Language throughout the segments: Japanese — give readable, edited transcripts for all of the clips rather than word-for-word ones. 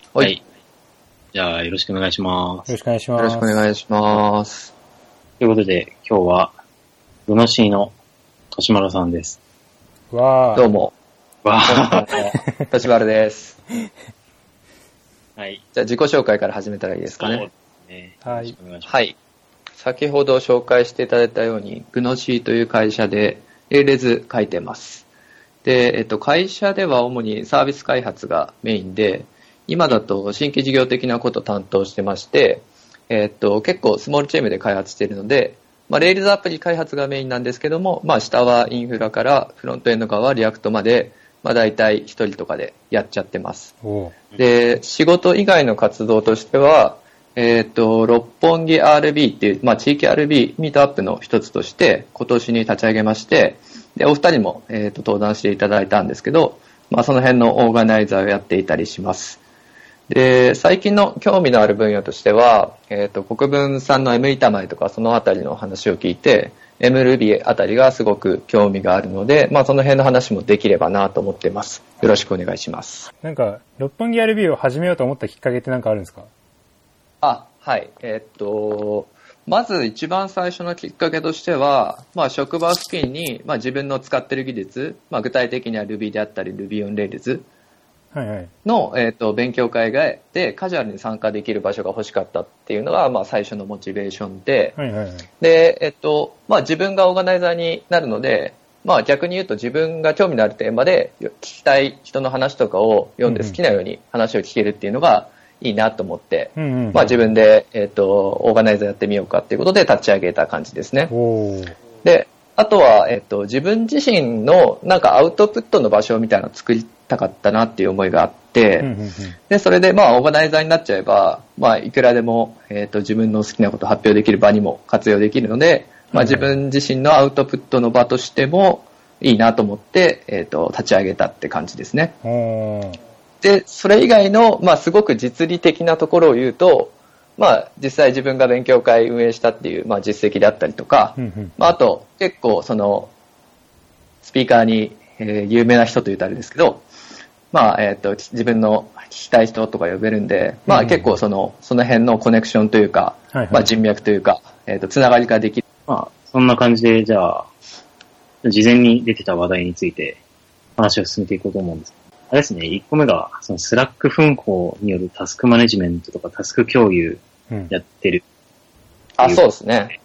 はい。じゃあ、よろしくお願いします。 よろしくお願いします。 よろしくお願いします。 ということで、今日は、ルノシーのとしまるさんです。 わー。どうも。 わー。 としまるです。 はい。 じゃあ、自己紹介から始めたらいいですかね。 そうですね。 はい。はい。先ほど紹介していただいたように、グノシーという会社で、レールズ書いてます。で、会社では主にサービス開発がメインで、今だと新規事業的なことを担当してまして、結構スモールチームで開発しているので、レールズアプリ開発がメインなんですけども、下はインフラからフロントエンド側はリアクトまで、大体一人とかでやっちゃってます。で、仕事以外の活動としては、六本木 RB っていう、地域 RB ミートアップの一つとして、今年に立ち上げまして、で、お二人も、登壇していただいたんですけど、その辺のオーガナイザーをやっていたりします。で、最近の興味のある分野としては、国分さんの M 板前とかそのあたりの話を聞いて、MRuby あたりがすごく興味があるので、その辺の話もできればなと思っています。よろしくお願いします。 なんか、六本木 RB を始めようと思ったきっかけって何かあるんですか？ はい。まず一番最初のきっかけとしては、職場付近に、自分の使っている技術、具体的には Ruby であったり Ruby on Rails の、勉強会でカジュアルに参加できる場所が欲しかったっていうのが、最初のモチベーションで、で、自分がオーガナイザーになるので、逆に言うと自分が興味のあるテーマで聞きたい人の話とかを読んで好きなように話を聞けるっていうのがいいなと思って、自分で、オーガナイザーやってみようかっていうことで立ち上げた感じですね。で、あとは、自分自身のなんかアウトプットの場所みたいなのを作りたかったなっていう思いがあって、で、それでオーガナイザーになっちゃえば、いくらでも、自分の好きなことを発表できる場にも活用できるので、自分自身のアウトプットの場としてもいいなと思って、立ち上げたって感じですね。で、それ以外の、すごく実利的なところを言うと、実際自分が勉強会運営したっていう、実績であったりとか、あと、結構、スピーカーに、有名な人と言うとあれですけど、自分の聞きたい人とか呼べるんで、結構その辺のコネクションというか、人脈というか、つながりができる。 そんな感じで、じゃあ、事前に出てた話題について話を進めていこうと思うんです。あれですね、1個目が、そのスラック分法によるタスクマネジメントとかタスク共有やってる。 そうですね。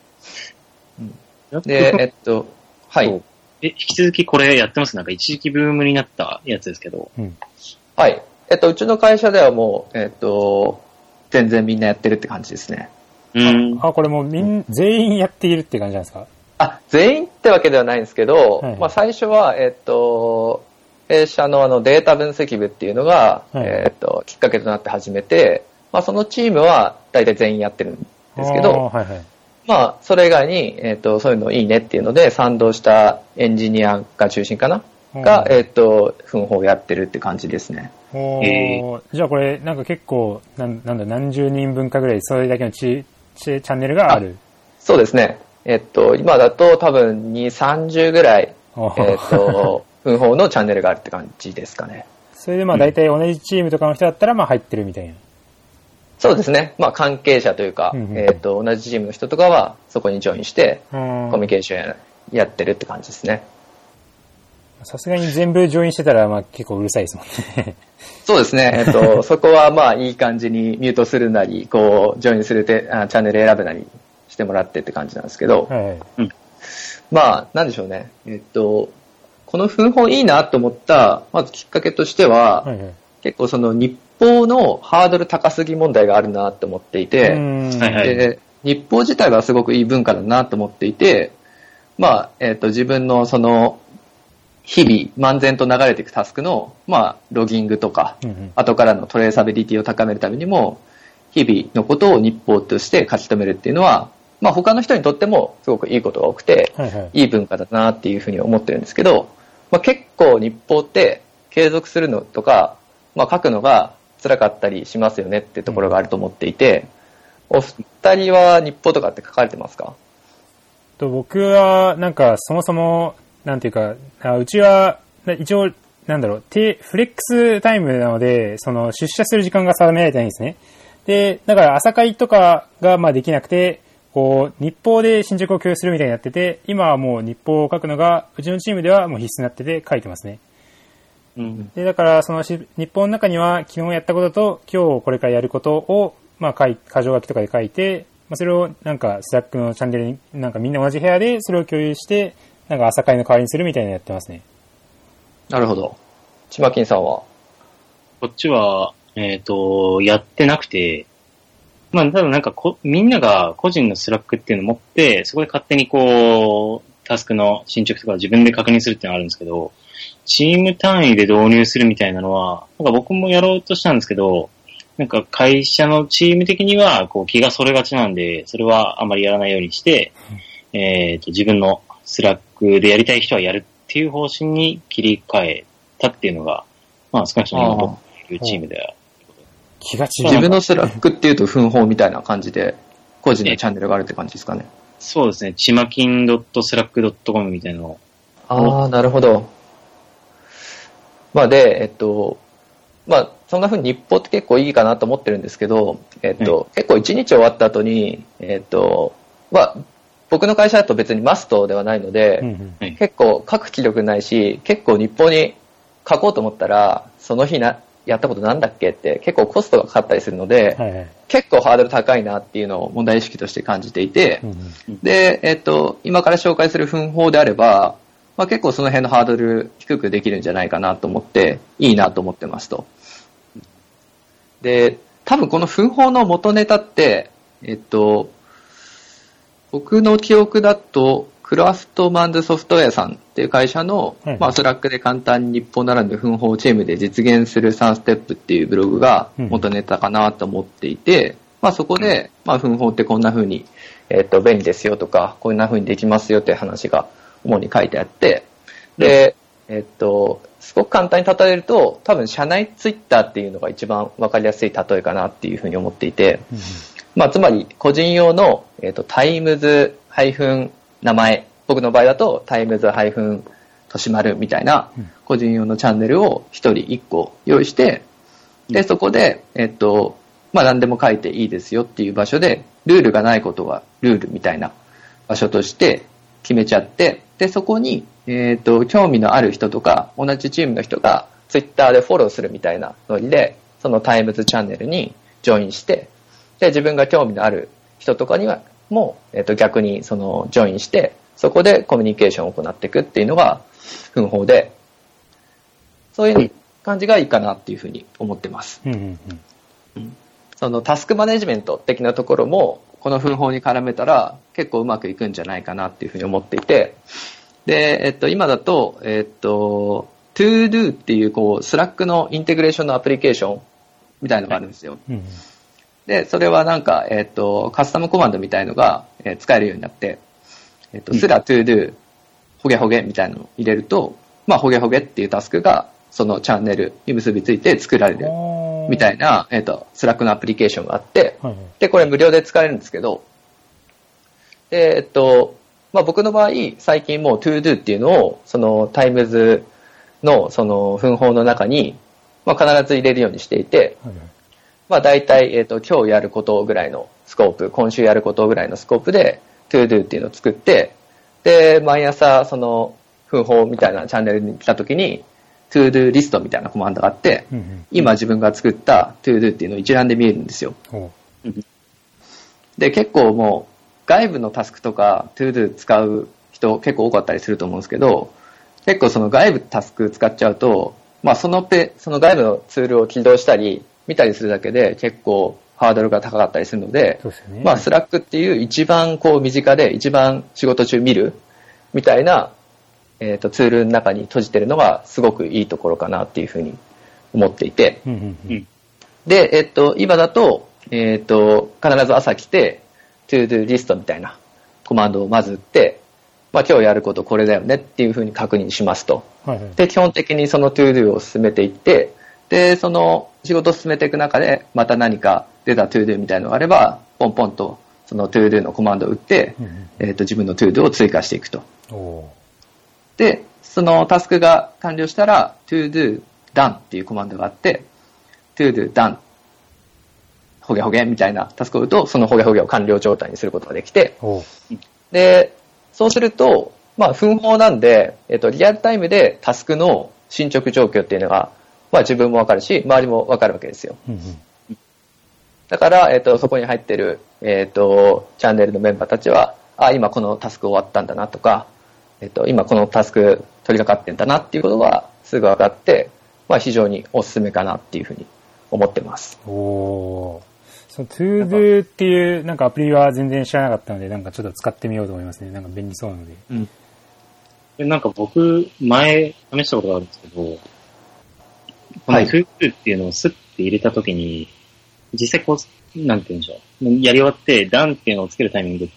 で、はい。 引き続きこれやってます？なんか一時期ブームになったやつですけど。 はい。うちの会社ではもう、全然みんなやってるって感じですね。 これもう全員やっているって感じなんですか？ 全員ってわけではないんですけど、最初は、弊社のデータ分析部っていうのが、きっかけとなって始めて、そのチームは大体全員やってるんですけど、それ以外に、そういうのいいねっていうので賛同したエンジニアが中心かな、が、分法をやってるって感じですね。 じゃあこれ、なんか結構、何十人分かぐらい、それだけのチャンネルがある？ そうですね。今だと多分2、30ぐらい、分法のチャンネルがあるって感じですかね。 それで大体同じチームとかの人だったら入ってるみたいな。 そうですね。関係者というか、同じチームの人とかはそこにジョインして、コミュニケーションやってるって感じですね。 さすがに全部ジョインしてたら結構うるさいですもんね。 そうですね。そこはいい感じにミュートするなり、ジョインするチャンネル選ぶなりしてもらってって感じなんですけど、なんでしょうね。この分法いいなと思った、まずきっかけとしては、結構日報のハードル高すぎ問題があるなと思っていて、で日報自体はすごくいい文化だなと思っていて、自分の日々漫然と流れていくタスクの、ロギングとか、後からのトレーサビリティを高めるためにも、日々のことを日報として書き留めるっていうのは、他の人にとってもすごくいいことが多くて、いい文化だなっていうふうに思ってるんですけど、結構日報って継続するのとか、書くのが辛かったりしますよねっていうところがあると思っていて、お二人は日報とかって書かれてますか？ 僕はそもそもなんていうか、うちは一応なんだろう、フレックスタイムなので、その出社する時間が定められてないんですね。で、だから朝会とかがまあできなくて、こう、日報で進捗を共有するみたいになってて、今はもう日報を書くのが、うちのチームではもう必須になってて書いてますね。 うん。 で、だからその日報の中には昨日やったことと今日これからやることを、まあ箇条書きとかで書いて、まあそれをなんかスラックのチャンネルになんかみんな同じ部屋でそれを共有して、なんか朝会の代わりにするみたいなのやってますね。 なるほど。ちまきんさんは？ こっちは、やってなくて、まあ、多分なんかみんなが個人のスラックっていうのを持って、そこで勝手にこう、タスクの進捗とか自分で確認するっていうのがあるんですけど、チーム単位で導入するみたいなのは、なんか僕もやろうとしたんですけど、なんか会社のチーム的にはこう気がそれがちなんで、それはあまりやらないようにして、自分のスラックでやりたい人はやるっていう方針に切り替えたっていうのが、まあ少なくとも今僕のチームでは。 気が違う。 自分のスラックっていうと奮法みたいな感じで、個人のチャンネルがあるって感じですかね。 そうですね。ちまきん .slack.com みたいなのを。 ああ、なるほど。まあで、まあ、そんな風に日報って結構いいかなと思ってるんですけど、結構一日終わった後に、まあ、僕の会社だと別にマストではないので、結構書く気力ないし、結構日報に書こうと思ったら、その日やったことなんだっけって結構コストがかかったりするので、結構ハードル高いなっていうのを問題意識として感じていて、で、今から紹介する奮法であれば、まあ、結構その辺のハードル低くできるんじゃないかなと思って、いいなと思ってますと。で、多分この奮法の元ネタって、僕の記憶だと、クラフトマンズソフトウェアさんっていう会社の、まあ、スラックで簡単に日報並んで奮法チームで実現する3ステップっていうブログが元ネタかなと思っていて、まあ、そこで、まあ、奮法ってこんな風に、便利ですよとか、こんな風にできますよっていう話が主に書いてあって、で、すごく簡単に例えると、多分社内ツイッターっていうのが一番わかりやすい例えかなっていう風に思っていて、まあ、つまり個人用の、タイムズ名前、僕の場合だとタイムズとしまるみたいな個人用のチャンネルを一人一個用意して、で、そこで、まあ、何でも書いていいですよっていう場所で、ルールがないことがルールみたいな場所として決めちゃって、で、そこに、興味のある人とか、同じチームの人がツイッターでフォローするみたいなノリで、そのタイムズチャンネルにジョインして、で、自分が興味のある人とかには、もう、逆にそのジョインして、そこでコミュニケーションを行っていくっていうのが奮法で、そういう感じがいいかなっていうふうに思ってます。そのタスクマネジメント的なところも、この奮法に絡めたら結構うまくいくんじゃないかなっていうふうに思っていて、で、今だと、ToDo っていう、こう、スラックのインテグレーションのアプリケーションみたいなのがあるんですよ。で、それはなんか、カスタムコマンドみたいのが、使えるようになって、スラ ToDo、ホゲホゲみたいなのを入れると、まあ、ホゲホゲっていうタスクが、そのチャンネルに結びついて作られるみたいな、スラックのアプリケーションがあって、で、これ無料で使えるんですけど、で、まあ、僕の場合、最近もう ToDo っていうのを、そのタイムズの、その奮法の中に、まあ、必ず入れるようにしていて、まあ、大体、今日やることぐらいのスコープ、今週やることぐらいのスコープで ToDo っていうのを作って、で、毎朝、その奮法みたいなチャンネルに来た時に、ToDo リストみたいなコマンドがあって、今自分が作った ToDo っていうのを一覧で見えるんですよ。で、結構もう、外部のタスクとか ToDo 使う人結構多かったりすると思うんですけど、結構その外部タスク使っちゃうと、まあその外部のツールを起動したり見たりするだけで結構ハードルが高かったりするので、まあ Slack っていう一番こう身近で一番仕事中見るみたいな、ツールの中に閉じてるのがすごくいいところかなっていうふうに思っていて、で、今だと、必ず朝来て、ToDo リストみたいなコマンドをまず打って、まあ今日やることこれだよねっていうふうに確認しますと。で、基本的にその ToDo を進めていって、で、その仕事を進めていく中で、また何か出た ToDo みたいなのがあれば、ポンポンとその ToDo のコマンドを打って、自分の ToDo を追加していくと。で、 そのタスクが完了したら、to do done っていうコマンドがあって、to do done ほげほげみたいなタスクを打つと、そのほげほげを完了状態にすることができて、で、そうすると、まあ、分法なんで、リアルタイムでタスクの進捗状況っていうのが、まあ自分もわかるし、周りもわかるわけですよ。だから、そこに入ってる、チャンネルのメンバーたちは、あ、今このタスク終わったんだなとか、今このタスク取り掛かってんだなっていうことがすぐ分かって、まあ非常におすすめかなっていうふうに思ってます。 おー。その ToDo っていうなんかアプリは全然知らなかったので、なんかちょっと使ってみようと思いますね。なんか便利そうなので。 うん。でなんか僕、前試したことがあるんですけど、この ToDo っていうのをスッて入れたときに、実際こう、なんて言うんでしょう。やり終わって、done っていうのをつけるタイミングって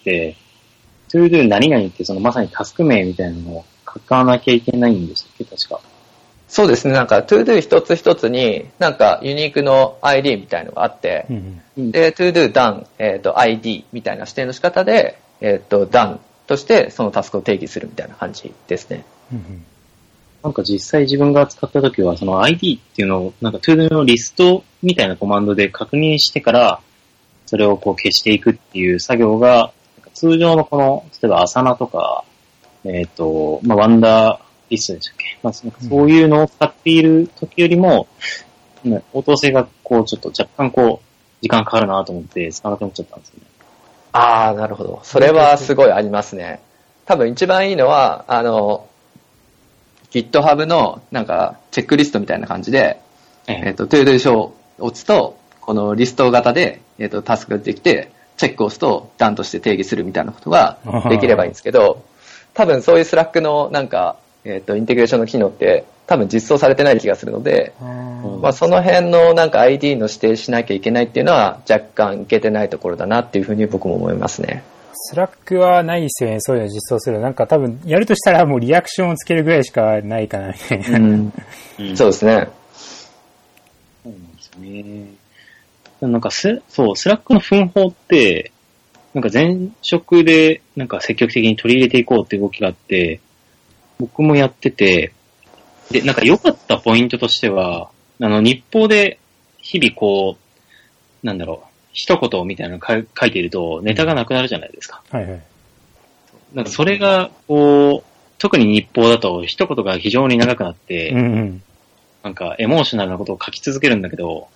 、ToDo 何々ってそのまさにタスク名みたいなのを書かなきゃいけないんでしたっけ、確か。 そうですね。なんか ToDo 一つ一つになんかユニークの ID みたいなのがあって、で、ToDo done、ID みたいな指定の仕方で、done としてそのタスクを定義するみたいな感じですね。 なんか実際自分が使った時は、その ID っていうのを、なんか ToDo のリストみたいなコマンドで確認してから、それをこう消していくっていう作業が、通常のこの、例えばアサナとか、まあ、ワンダーリストでしたっけ、まあ、そういうのを使っている時よりも、応答性がこう、ちょっと若干こう、時間かかるなと思って使わなくなっちゃったんですよね。 ああ、なるほど。それはすごいありますね。多分一番いいのは、GitHub のなんかチェックリストみたいな感じで、ToDo 書を打つと、このリスト型で、タスクができて、チェックを押すと、doneとして定義するみたいなことができればいいんですけど、多分そういうスラックのなんか、インテグレーションの機能って多分実装されてない気がするので、まあ、その辺のなんか ID の指定しなきゃいけないっていうのは若干いけてないところだなっていうふうに僕も思いますね。 スラックはないですよね、そういうの実装する。なんか多分やるとしたらもうリアクションをつけるぐらいしかないかなみたいな。 そうですね。 そうなんですね。なんかスラックの分法って、なんか前職でなんか積極的に取り入れていこうって動きがあって、僕もやってて、で、なんか良かったポイントとしては、日報で日々こう、なんだろう、一言みたいなの書いているとネタがなくなるじゃないですか。 はいはい。 なんかそれが、こう、特に日報だと一言が非常に長くなって、なんかエモーショナルなことを書き続けるんだけど、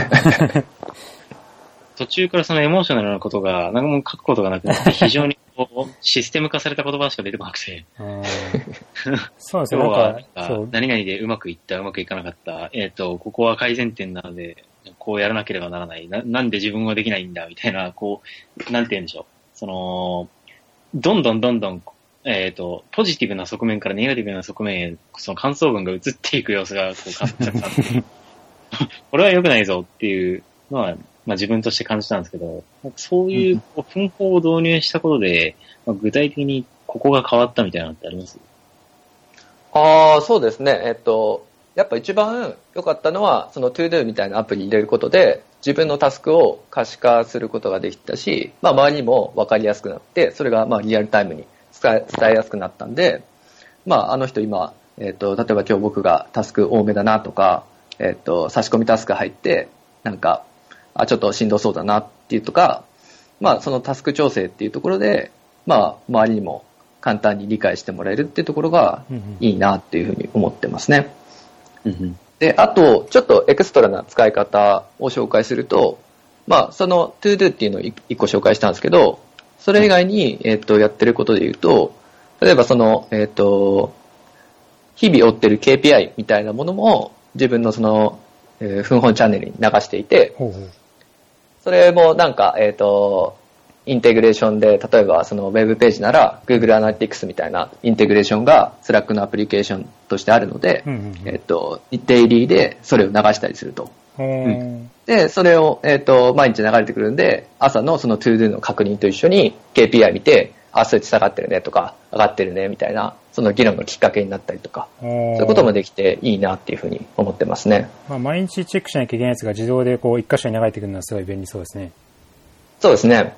途中からそのエモーショナルなことが、なんかもう書くことがなくなって、非常にこうシステム化された言葉しか出てこなくて。 そうですね。 今日は何々でうまくいった、うまくいかなかった。ここは改善点なので、こうやらなければならない。なんで自分はできないんだ、みたいな、こう、なんて言うんでしょう。どんどん、ポジティブな側面からネガティブな側面へ、その感想文が移っていく様子が、こう、感じちゃったんで、これは良くないぞっていうのは、まあ自分として感じたんですけど、そういう分法を導入したことで、まあ、具体的にここが変わったみたいなのってあります？ そうですね。やっぱ一番良かったのは、その ToDo みたいなアプリ入れることで、自分のタスクを可視化することができたし、まあ周りにも分かりやすくなって、それがまあリアルタイムに伝えやすくなったんで、まああの人今、例えば今日僕がタスク多めだなとか、差し込みタスク入って、なんか、ちょっとしんどそうだなっていうとか、まあそのタスク調整っていうところで、まあ周りにも簡単に理解してもらえるっていうところがいいなっていうふうに思ってますね。で、あと、ちょっとエクストラな使い方を紹介すると、まあその ToDo っていうのを一個紹介したんですけど、それ以外に、やってることで言うと、例えばその、日々追ってる KPI みたいなものも自分のその、分本チャンネルに流していて、それもなんか、インテグレーションで、例えばそのウェブページなら Google Analytics みたいなインテグレーションが Slack のアプリケーションとしてあるので、デイリーでそれを流したりすると。で、それを、毎日流れてくるんで、朝のその ToDo の確認と一緒に KPI 見て、数値下がってるねとか、上がってるねみたいな、その議論のきっかけになったりとか、そういうこともできていいなっていうふうに思ってますね。 まあ、毎日チェックしなきゃいけないやつが自動でこう一箇所に流れてくるのはすごい便利そうですね。 そうですね。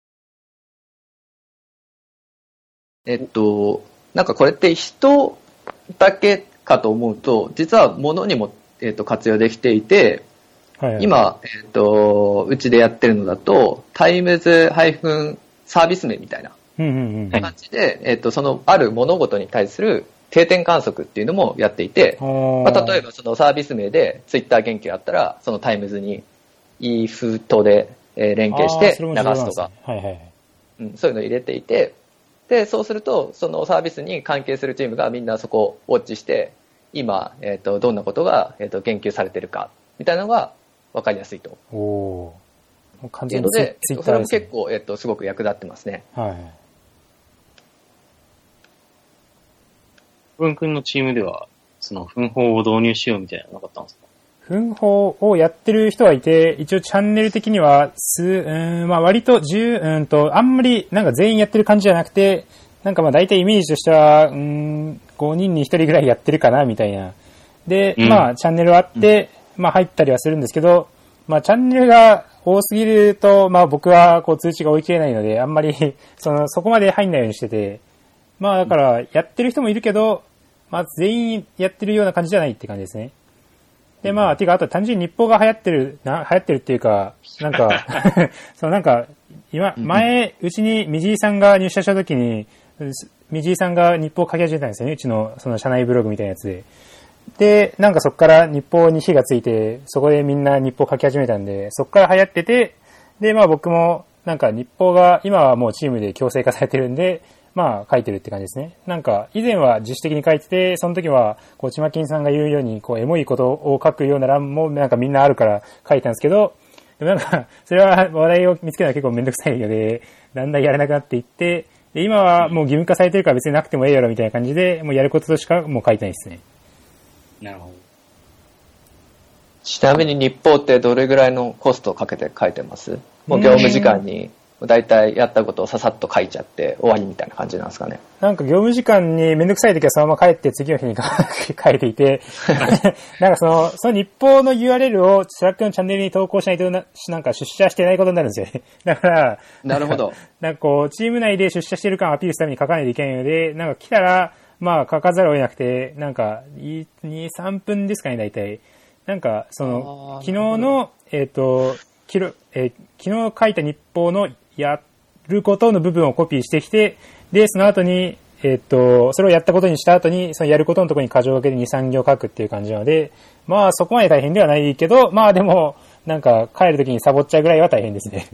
なんかこれって人だけかと思うと、実は物にも、活用できていて、 はいはい、 今、うちでやってるのだと、タイムズサービス名みたいな感じで、そのある物事に対する定点観測っていうのもやっていて、まあ、例えばそのサービス名でツイッター言及あったら、そのタイムズに EF とで連携して流すとか、そういうのを入れていて、で、そうすると、そのサービスに関係するチームがみんなそこをウォッチして、今、どんなことが、言及されてるか、みたいなのが分かりやすいと。 おー。完全にツイッターですね。それも結構、すごく役立ってますね。 はい。 文君のチームでは、その、奮法を導入しようみたいなのなかったんですか？ 奮法をやってる人はいて、一応チャンネル的には、まあ割とあんまりなんか全員やってる感じじゃなくて、なんかまあ大体イメージとしては、5人に1人ぐらいやってるかな、みたいな。で、まあチャンネルあって、まあ入ったりはするんですけど、まあチャンネルが多すぎると、まあ僕はこう通知が追い切れないので、あんまりそこまで入んないようにしてて、まあだからやってる人もいるけど、まあ全員やってるような感じじゃないって感じですね。で、まあ、てか、あと単純に日報が流行ってるっていうか、なんか、なんか、前、うちにみじいさんが入社した時に、みじいさんが日報を書き始めたんですよね。うちの、その社内ブログみたいなやつで。で、なんかそこから日報に火がついて、そこでみんな日報を書き始めたんで、そこから流行ってて、で、まあ僕も、なんか日報が、今はもうチームで強制化されてるんで、まあ書いてるって感じですね。なんか以前は自主的に書いてて、その時はこうちまきんさんが言うようにこうエモいことを書くような欄もなんかみんなあるから書いたんですけど、でもなんかそれは話題を見つけるのは結構めんどくさいので、だんだんやれなくなっていって、で今はもう義務化されてるから別になくてもええやろみたいな感じで、もうやることとしかもう書いてないですね。 なるほど。 ちなみに日報ってどれぐらいのコストをかけて書いてます？もう業務時間にだいたいやったことをささっと書いちゃって終わりみたいな感じなんですかね。 なんか業務時間にめんどくさい時はそのまま帰って次の日に書いていて、なんかその日報の URL をスラックのチャンネルに投稿しないとなんか出社してないことになるんですよね。だから、 なるほど。 なんかこう、チーム内で出社してる感をアピールするために書かないといけないので、なんか来たら、まあ書かざるを得なくて、なんか2、3分ですかね、大体。なんか、昨日の、昨日書いた日報のやることの部分をコピーしてきて、で、その後に、それをやったことにした後に、そのやることのところに箇条書きで2、3行書くっていう感じなので、まあそこまで大変ではないけど、まあでも、なんか帰るときにサボっちゃうぐらいは大変ですね。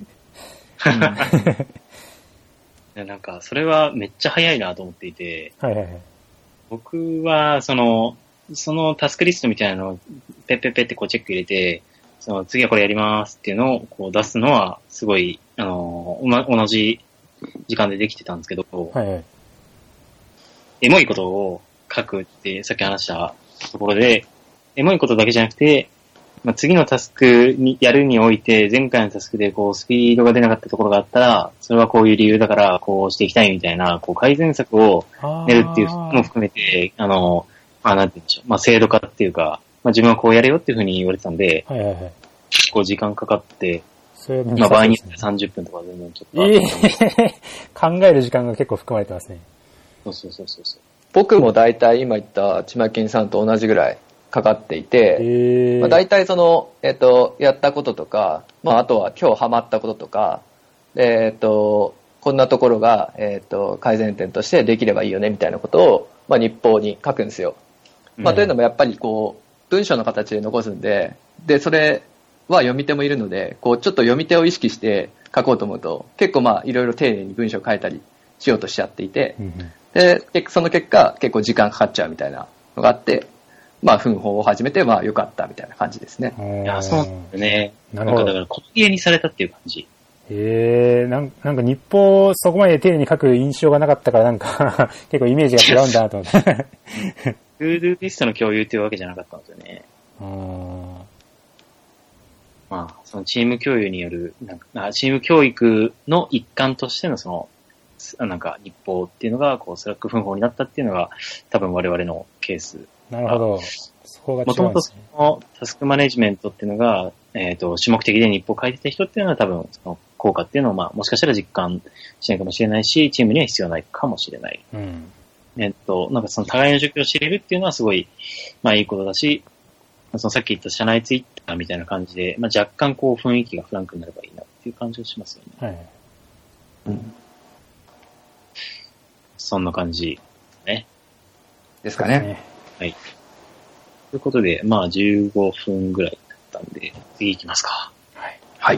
なんか、それはめっちゃ早いなと思っていて、 はいはいはい。 僕は、そのタスクリストみたいなのをペッペッペッってこうチェック入れて、次はこれやりますっていうのをこう出すのは、すごい、同じ時間でできてたんですけど、 はいはい。 エモいことを書くってさっき話したところで、エモいことだけじゃなくて、まあ、次のタスクにやるにおいて、前回のタスクでこうスピードが出なかったところがあったら、それはこういう理由だからこうしていきたいみたいな、こう改善策を練るっていうのも含めて、まあなんて言うんでしょう、まあ制度化っていうか、まあ自分はこうやれよっていうふうに言われてたんで、 はいはいはい。 結構時間かかって、まあ場合によって30分とか全然ちょっと。考える時間が結構含まれてますね。 そう。 僕も大体今言ったちまきんさんと同じぐらいかかっていて、まあ、大体やったこととか、まああとは今日ハマったこととか、こんなところが、改善点としてできればいいよねみたいなことを、まあ日報に書くんですよ。まあというのもやっぱりこう、文章の形で残すんで、それは読み手もいるので、こうちょっと読み手を意識して書こうと思うと、結構まあいろいろ丁寧に文章を書いたりしようとしちゃっていて、で、その結果結構時間かかっちゃうみたいなのがあって、まあ奮法を始めてまあ良かったみたいな感じですね。 いや、そうなんだね。なんかだから小切れにされたっていう感じ。 なんか日報をそこまで丁寧に書く印象がなかったからなんか結構イメージが違うんだなと思って。 トゥードゥリストの共有っていうわけじゃなかったんですよね。まあ、そのチーム共有による、チーム教育の一環としてのなんか日報っていうのが、こう、スラック奮法になったっていうのが、多分我々のケース。 なるほど。そこが違うんですね。 もともとそのタスクマネジメントっていうのが、主目的で日報を書いてた人っていうのは多分、その効果っていうのを、まあ、もしかしたら実感しないかもしれないし、チームには必要ないかもしれない。 なんかその互いの状況を知れるっていうのはすごい、まあいいことだし、そのさっき言った社内ツイッターみたいな感じで、まあ若干こう雰囲気がフランクになればいいなっていう感じがしますよね。 はい。 うん。 そんな感じですね。 ですかね。 はい。ということで、まあ15分ぐらいだったんで、次行きますか。 はい。 はい。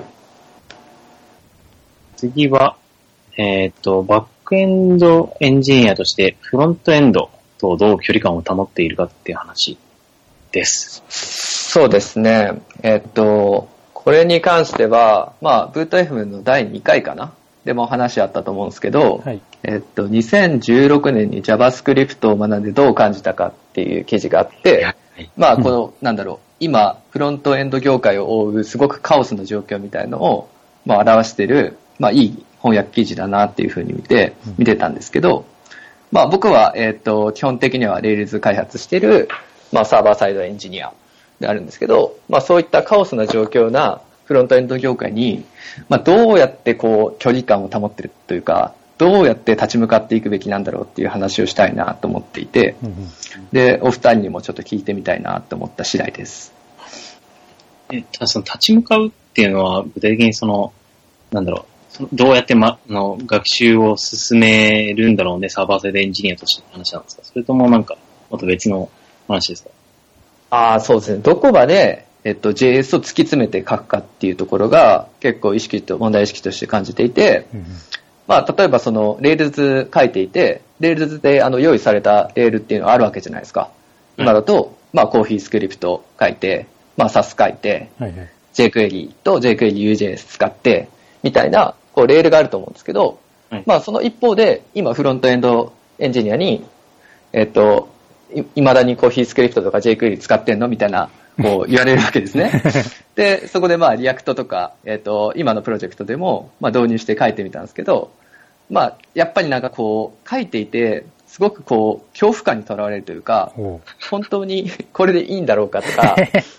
次は、バックエンドエンジニアとしてフロントエンドとどう距離感を保っているかっていう話です。 そうですね。これに関しては、まあ、ブート FM の第2回かなでも話あったと思うんですけど、 はい、 2016年に JavaScript を学んでどう感じたかっていう記事があって、はい、まあ、この、なんだろう、今、フロントエンド業界を覆うすごくカオスな状況みたいのを、まあ、表している、まあ、いい翻訳記事だなっていうふうに見てたんですけど、まあ、僕は、基本的には Rails 開発している、まあ、サーバーサイドエンジニアであるんですけど、まあ、そういったカオスな状況なフロントエンド業界に、まあ、どうやってこう距離感を保ってるというか、どうやって立ち向かっていくべきなんだろうっていう話をしたいなと思っていて、で、お二人にもちょっと聞いてみたいなと思った次第です。 その立ち向かうっていうのは、具体的にその、なんだろう、どうやって学習を進めるんだろうね、サーバーサイドエンジニアとしての話なんですか？それともなんか、もっと別の話ですか？ ああ、そうですね。どこまで、JS を突き詰めて書くかっていうところが結構問題意識として感じていて、まあ、例えばその、Rails 書いていて、Rails で用意されたレールっていうのがあるわけじゃないですか。今だと、まあ、コーヒースクリプト書いて、まあ、SAS 書いて、jQuery と jQuery.Vue.js 使って、みたいな、こう、レールがあると思うんですけど、まあ、その一方で、今、フロントエンドエンジニアに、未だにコーヒースクリプトとか jQuery 使ってんのみたいな、こう言われるわけですね。で、そこでまあリアクトとか、今のプロジェクトでもまあ導入して書いてみたんですけど、まあやっぱりなんかこう書いていて、すごくこう恐怖感にとらわれるというか、本当にこれでいいんだろうかとか、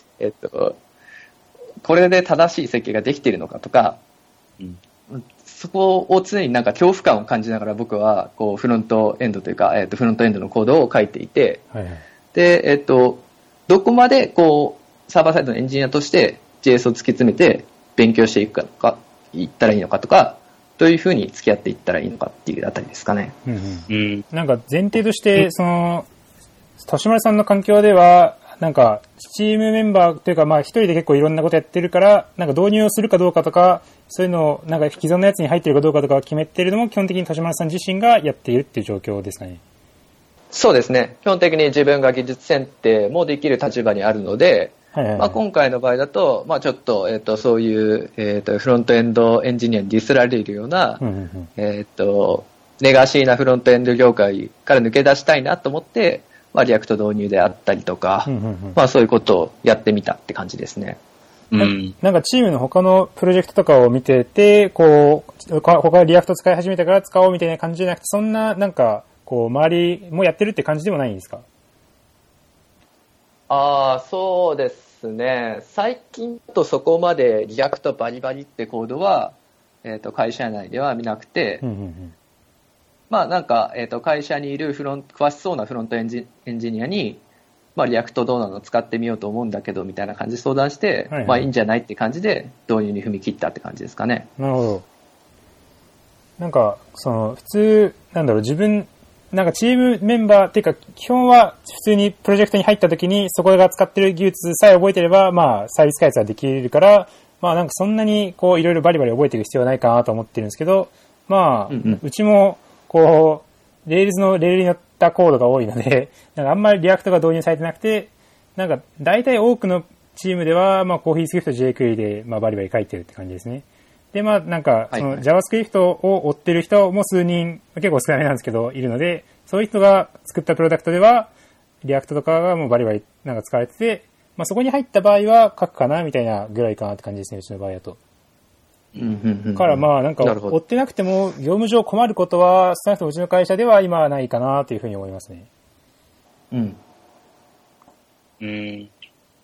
これで正しい設計ができているのかとか、そこを常になんか恐怖感を感じながら僕はこうフロントエンドというか、フロントエンドのコードを書いていて、で、どこまでこうサーバーサイドのエンジニアとして JS を突き詰めて勉強していくかとか、いったらいいのかとか、どういうふうに付き合っていったらいいのかっていうあたりですかね。 なんか前提として、その、年丸さんの環境では、なんか、チームメンバーというか、まあ一人で結構いろんなことやってるから、なんか導入をするかどうかとか、そういうのを、なんか既存のやつに入ってるかどうかとか決めてるのも基本的に年丸さん自身がやっているっていう状況ですかね。 そうですね。基本的に自分が技術選定もできる立場にあるので、まあ、今回の場合だと、まあ、ちょっと、そういう、フロントエンドエンジニアにディスられるような、レガシーなフロントエンド業界から抜け出したいなと思って、まあ、リアクト導入であったりとか、まあ、そういうことをやってみたって感じですね。 なんかチームの他のプロジェクトとかを見てて、こう、他リアクト使い始めたから使おうみたいな感じじゃなくて、そんな、なんか、こう、周りもやってるって感じでもないんですか？ ああ、そうですね。最近とそこまでリアクトバリバリってコードは、会社内では見なくて、まあなんか、会社にいる詳しそうなフロントエンジニアに、まあリアクトどうなの使ってみようと思うんだけど、みたいな感じで相談して、まあいいんじゃないって感じで導入に踏み切ったって感じですかね。 なるほど。なんか、その、普通、なんだろう、なんかチームメンバーっていうか、基本は普通にプロジェクトに入った時に、そこが使ってる技術さえ覚えてれば、まあ、サービス開発はできるから、まあなんかそんなにこう、いろいろバリバリ覚えていく必要はないかなと思ってるんですけど、まあ、うちも、こう、レールズのレールに乗ったコードが多いので、なんかあんまりリアクトが導入されてなくて、なんか大体多くのチームでは、まあ、コーヒースクリプト jQuery で、まあ、バリバリ書いてるって感じですね。で、まあ、なんか、その JavaScript を追ってる人も数人、結構少なめなんですけど、いるので、そういう人が作ったプロダクトでは、リアクトとかがもうバリバリなんか使われてて、まあ、そこに入った場合は書くかな、みたいなぐらいかなって感じですね、うちの場合だと。だからまあ、なんか、追ってなくても、業務上困ることは、少なくともうちの会社では今はないかな、というふうに思いますね。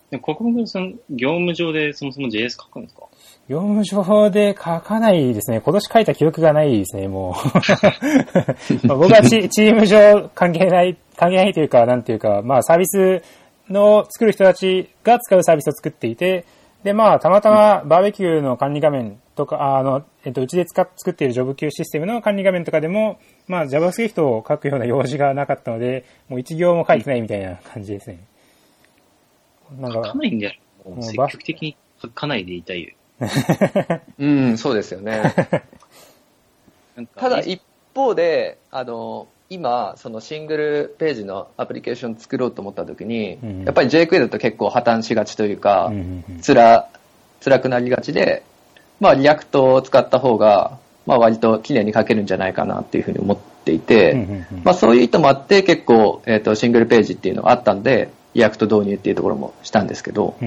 国分さん、業務上でそもそも JS 書くんですか？ 業務上で書かないですね。今年書いた記憶がないですね、もう。僕はチーム上関係ないというか、なんていうか、まあサービスの作る人たちが使うサービスを作っていて、で、まあたまたまバーベキューの管理画面とか、うちで作っているジョブ Q システムの管理画面とかでも、まあ JavaScript を書くような用事がなかったので、もう一行も書いてないみたいな感じですね。 なんか書かないんだよ。もう積極的に書かないでいたいよ。 うん、そうですよね。ただ一方で、今、そのシングルページのアプリケーション作ろうと思った時に、やっぱり jQuery だと結構破綻しがちというか、辛くなりがちで、まあリアクトを使った方が、まあ割と綺麗に書けるんじゃないかなっていうふうに思っていて、まあそういう意図もあって結構、シングルページっていうのがあったんで、リアクト導入っていうところもしたんですけど、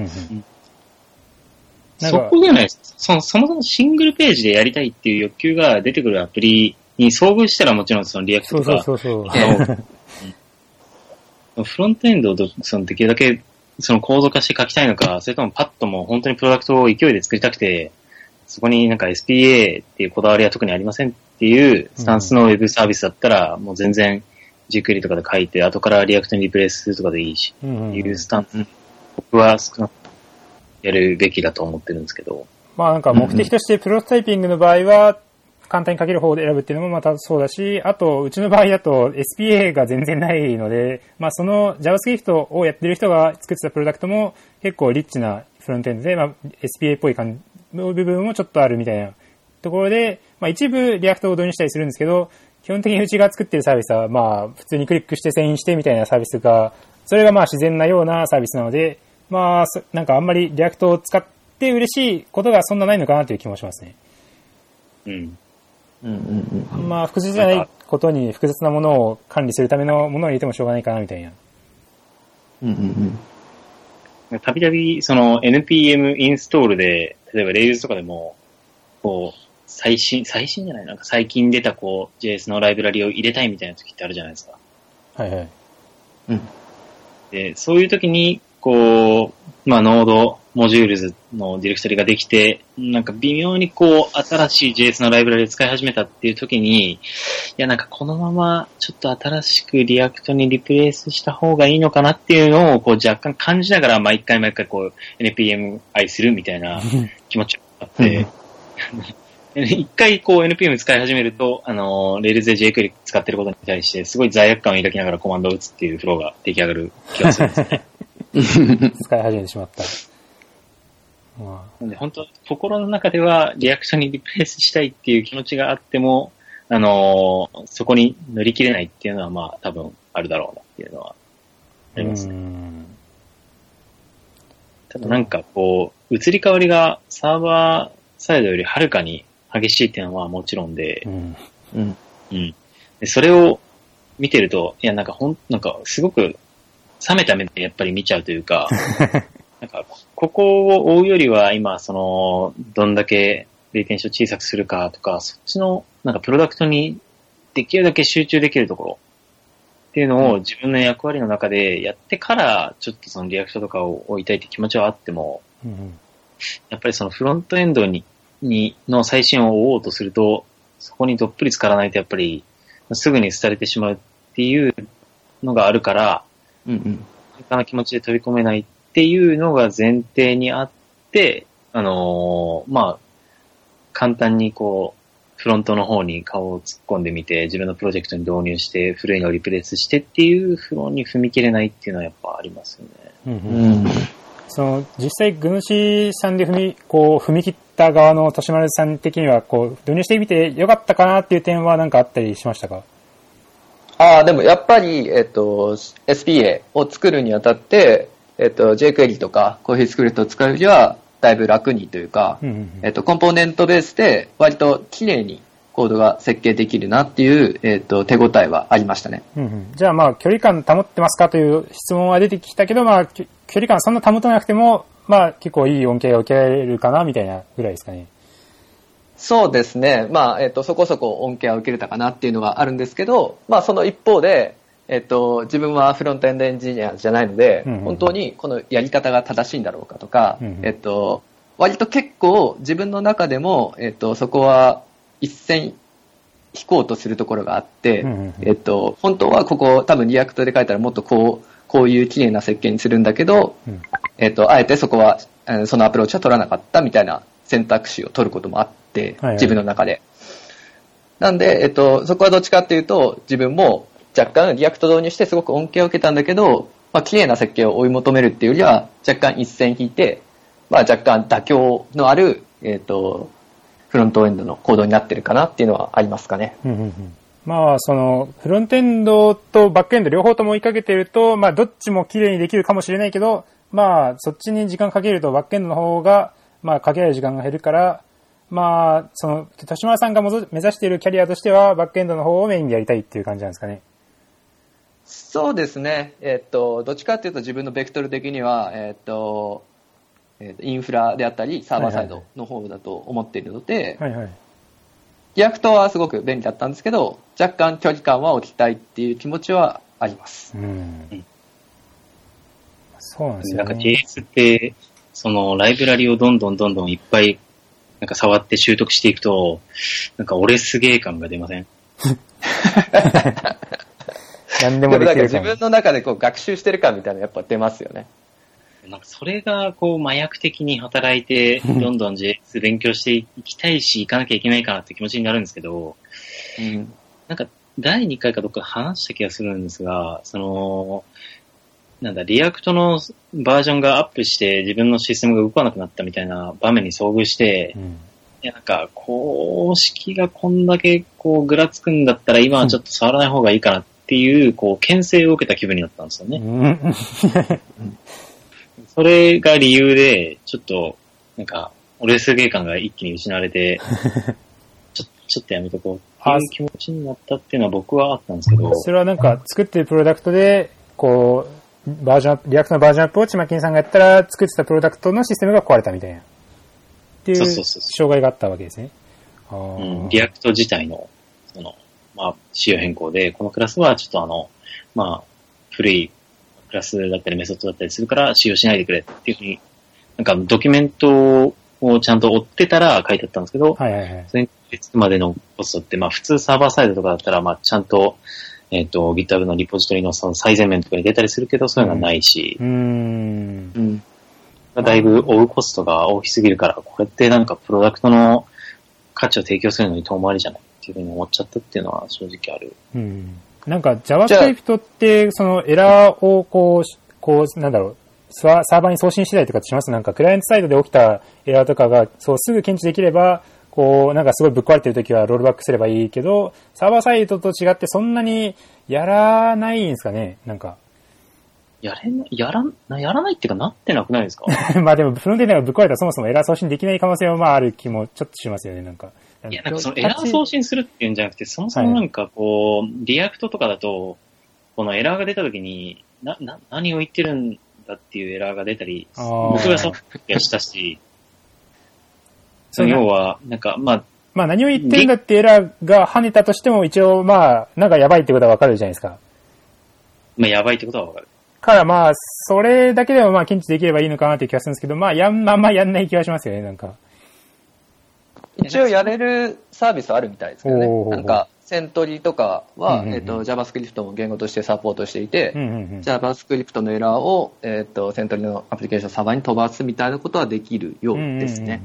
そこじゃないです。そもそもシングルページでやりたいっていう欲求が出てくるアプリに遭遇したらもちろんそのリアクトとか、フロントエンドをそのできるだけそのコード化して書きたいのか、それともパッともう本当にプロダクトを勢いで作りたくて、そこになんか SPA っていうこだわりは特にありませんっていうスタンスのウェブサービスだったら、もう全然jQueryとかで書いて、後からリアクトにリプレイスするとかでいいし、いうスタンス、僕は少なくやるべきだと思ってるんですけど。 まあなんか目的としてプロトタイピングの場合は簡単に書ける方で選ぶっていうのもまたそうだし、あとうちの場合だと SPA が全然ないので、まあその JavaScript をやってる人が作ってたプロダクトも結構リッチなフロントエンドで、まあ SPA っぽい感じの部分もちょっとあるみたいなところで、まあ一部リアクトを導入したりするんですけど、基本的にうちが作ってるサービスはまあ普通にクリックして遷移してみたいなサービスが、それがまあ自然なようなサービスなので、まあ、なんかあんまりリアクトを使って嬉しいことがそんなないのかなという気もしますね。まあ、複雑じゃないことに複雑なものを管理するためのものを入れてもしょうがないかなみたいな。 たびたびその NPM インストールで、例えば Rails とかでも、こう、最新じゃない、なんか最近出たこう JS のライブラリを入れたいみたいな時ってあるじゃないですか。 はいはい。 で、そういう時に、こう、まあ、ノード、モジュールズのディレクトリができて、なんか微妙にこう、新しい JS のライブラリを使い始めたっていう時に、いや、なんかこのままちょっと新しくリアクトにリプレイスした方がいいのかなっていうのを、こう、若干感じながら、毎回こう、NPM 愛するみたいな気持ちがあって、一回こう NPM 使い始めると、Rails で jQuery 使ってることに対して、すごい罪悪感を抱きながらコマンドを打つっていうフローが出来上がる気がするんですね。 使い始めてしまった。 なんで本当、心の中ではリアクションにリプレイスしたいっていう気持ちがあっても、そこに乗り切れないっていうのはまあ多分あるだろうなっていうのはありますね。ただなんかこう、移り変わりがサーバーサイドよりはるかに激しいっていうのはもちろんで、でそれを見てると、いやなんかすごく冷めた目でやっぱり見ちゃうというか、なんかここを追うよりは今どんだけレイテンション小さくするかとか、そっちのなんかプロダクトにできるだけ集中できるところっていうのを自分の役割の中でやってからちょっとそのリアクトとかを置いたいって気持ちはあっても、やっぱりそのフロントエンドの最新を追おうとすると、そこにどっぷり浸からないとやっぱりすぐに廃れてしまうっていうのがあるから、簡単な気持ちで飛び込めないっていうのが前提にあって、まあ、簡単にこう、フロントの方に顔を突っ込んでみて、自分のプロジェクトに導入して、古いのをリプレイスしてっていうフローに踏み切れないっていうのはやっぱありますよね。 実際、グノシーさんで踏み切った側の年丸さん的には、こう、導入してみてよかったかなっていう点は何かあったりしましたか？ でもやっぱり、SPA を作るにあたって、jQuery とかコーヒースクリプトを使うよりは、だいぶ楽にというか、コンポーネントベースで割と綺麗にコードが設計できるなっていう、手応えはありましたね。 じゃあまあ距離感保ってますかという質問は出てきたけど、まあ距離感そんな保たなくても、まあ結構いい恩恵が受けられるかなみたいなぐらいですかね。 そうですね。まあ、そこそこ恩恵は受けれたかなっていうのはあるんですけど、まあその一方で、 自分はフロントエンドエンジニアじゃないので、本当にこのやり方が正しいんだろうかとか、割と結構自分の中でも、そこは一線引こうとするところがあって、本当はここ多分リアクトで書いたらもっとこういう綺麗な設計にするんだけど、あえてそこは、そのアプローチは取らなかったみたいな選択肢を取ることもあって、自分の中で。なんで、そこはどっちかっていうと、自分も若干リアクト導入してすごく恩恵を受けたんだけど、綺麗な設計を追い求めるっていうよりは、若干一線引いて、若干妥協のある、フロントエンドのコードになってるかなっていうのはありますかね。 その、フロントエンドとバックエンド両方とも追いかけてると、どっちも綺麗にできるかもしれないけど、そっちに時間かけるとバックエンドの方が、かけられる時間が減るから、その、豊島さんが目指しているキャリアとしては、バックエンドの方をメインでやりたいっていう感じなんですかね。 そうですね。どっちかっていうと自分のベクトル的には、インフラであったり、サーバーサイドの方だと思っているので、リアクトはすごく便利だったんですけど、若干距離感は置きたいっていう気持ちはあります。 そうなんですよね。 JS って、そのライブラリをどんどんいっぱい触って習得していくと、俺すげえ感が出ません？ 何でもできる自分の中で学習してる感みたいなのやっぱ出ますよね。 それが麻薬的に働いて、どんどん JS 勉強していきたいし、行かなきゃいけないかなって気持ちになるんですけど、第2回かどっかで話した気がするんですが、リアクトのバージョンがアップして自分のシステムが動かなくなったみたいな場面に遭遇して、公式がこんだけぐらつくんだったら今はちょっと触らない方がいいかなっていう、牽制を受けた気分になったんですよね。それが理由で、ちょっと、俺すげえ感が一気に失われて、ちょっとやめとこうっていう気持ちになったっていうのは僕はあったんですけど。 それは作ってるプロダクトで、リアクトのバージョンアップをちまきんさんがやったら、作ってたプロダクトのシステムが壊れたみたいな。っていう障害があったわけですね。 リアクト自体の、仕様変更で、このクラスはちょっと古いクラスだったりメソッドだったりするから使用しないでくれっていうふうに、ドキュメントをちゃんと追ってたら書いてあったんですけど、それにつくまでのコストって、普通サーバーサイドとかだったら、ちゃんと、GitHub のリポジトリのその最前面とかに出たりするけど、そういうのはないし、だいぶ追うコストが大きすぎるから、これってプロダクトの価値を提供するのに遠回りじゃないっていうふうに思っちゃったっていうのは正直ある。 JavaScript って、そのエラーをサーバーに送信したりとかします？クライアントサイドで起きたエラーとかが、すぐ検知できれば、すごいぶっ壊れてるときはロールバックすればいいけど、サーバーサイドと違ってそんなにやらないんですかね？ やらないっていうかなってなくないですか？ でも、フロントエンドがぶっ壊れたらそもそもエラー送信できない可能性はある気もちょっとしますよね、 そのエラー送信するっていうんじゃなくて、そもそもリアクトとかだと、このエラーが出た時に、何を言ってるんだっていうエラーが出たり、僕がそうしたし、要は、 何を言ってるんだってエラーが跳ねたとしても、一応、やばいってことはわかるじゃないですか。 やばいってことはわかる。 からそれだけでも検知できればいいのかなっていう気がするんですけど、やんない気がしますよね、 一応やれるサービスはあるみたいですけどね。セントリーとかは、JavaScript も言語としてサポートしていて、JavaScript のエラーを、セントリーのアプリケーションサーバーに飛ばすみたいなことはできるようですね。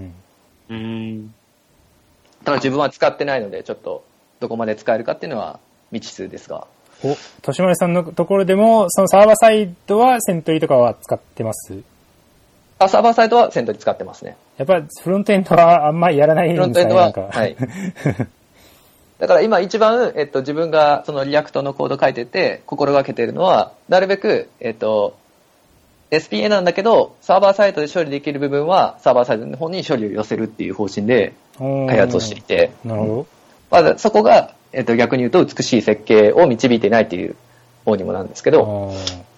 ただ自分は使ってないので、ちょっとどこまで使えるかっていうのは未知数ですが。 としまりさんのところでも、そのサーバーサイドはセントリーとかは使ってます？ サーバーサイドはセントリー使ってますね。 やっぱフロントエンドはあんまりやらないんですかね。 フロントエンドは、はい。だから今一番、自分がそのリアクトのコード書いてて、心がけているのは、なるべく、SPA なんだけど、サーバーサイドで処理できる部分は、サーバーサイドの方に処理を寄せるっていう方針で開発をしていて、 なるほど。そこが、逆に言うと美しい設計を導いていないっていう方にもなんですけど、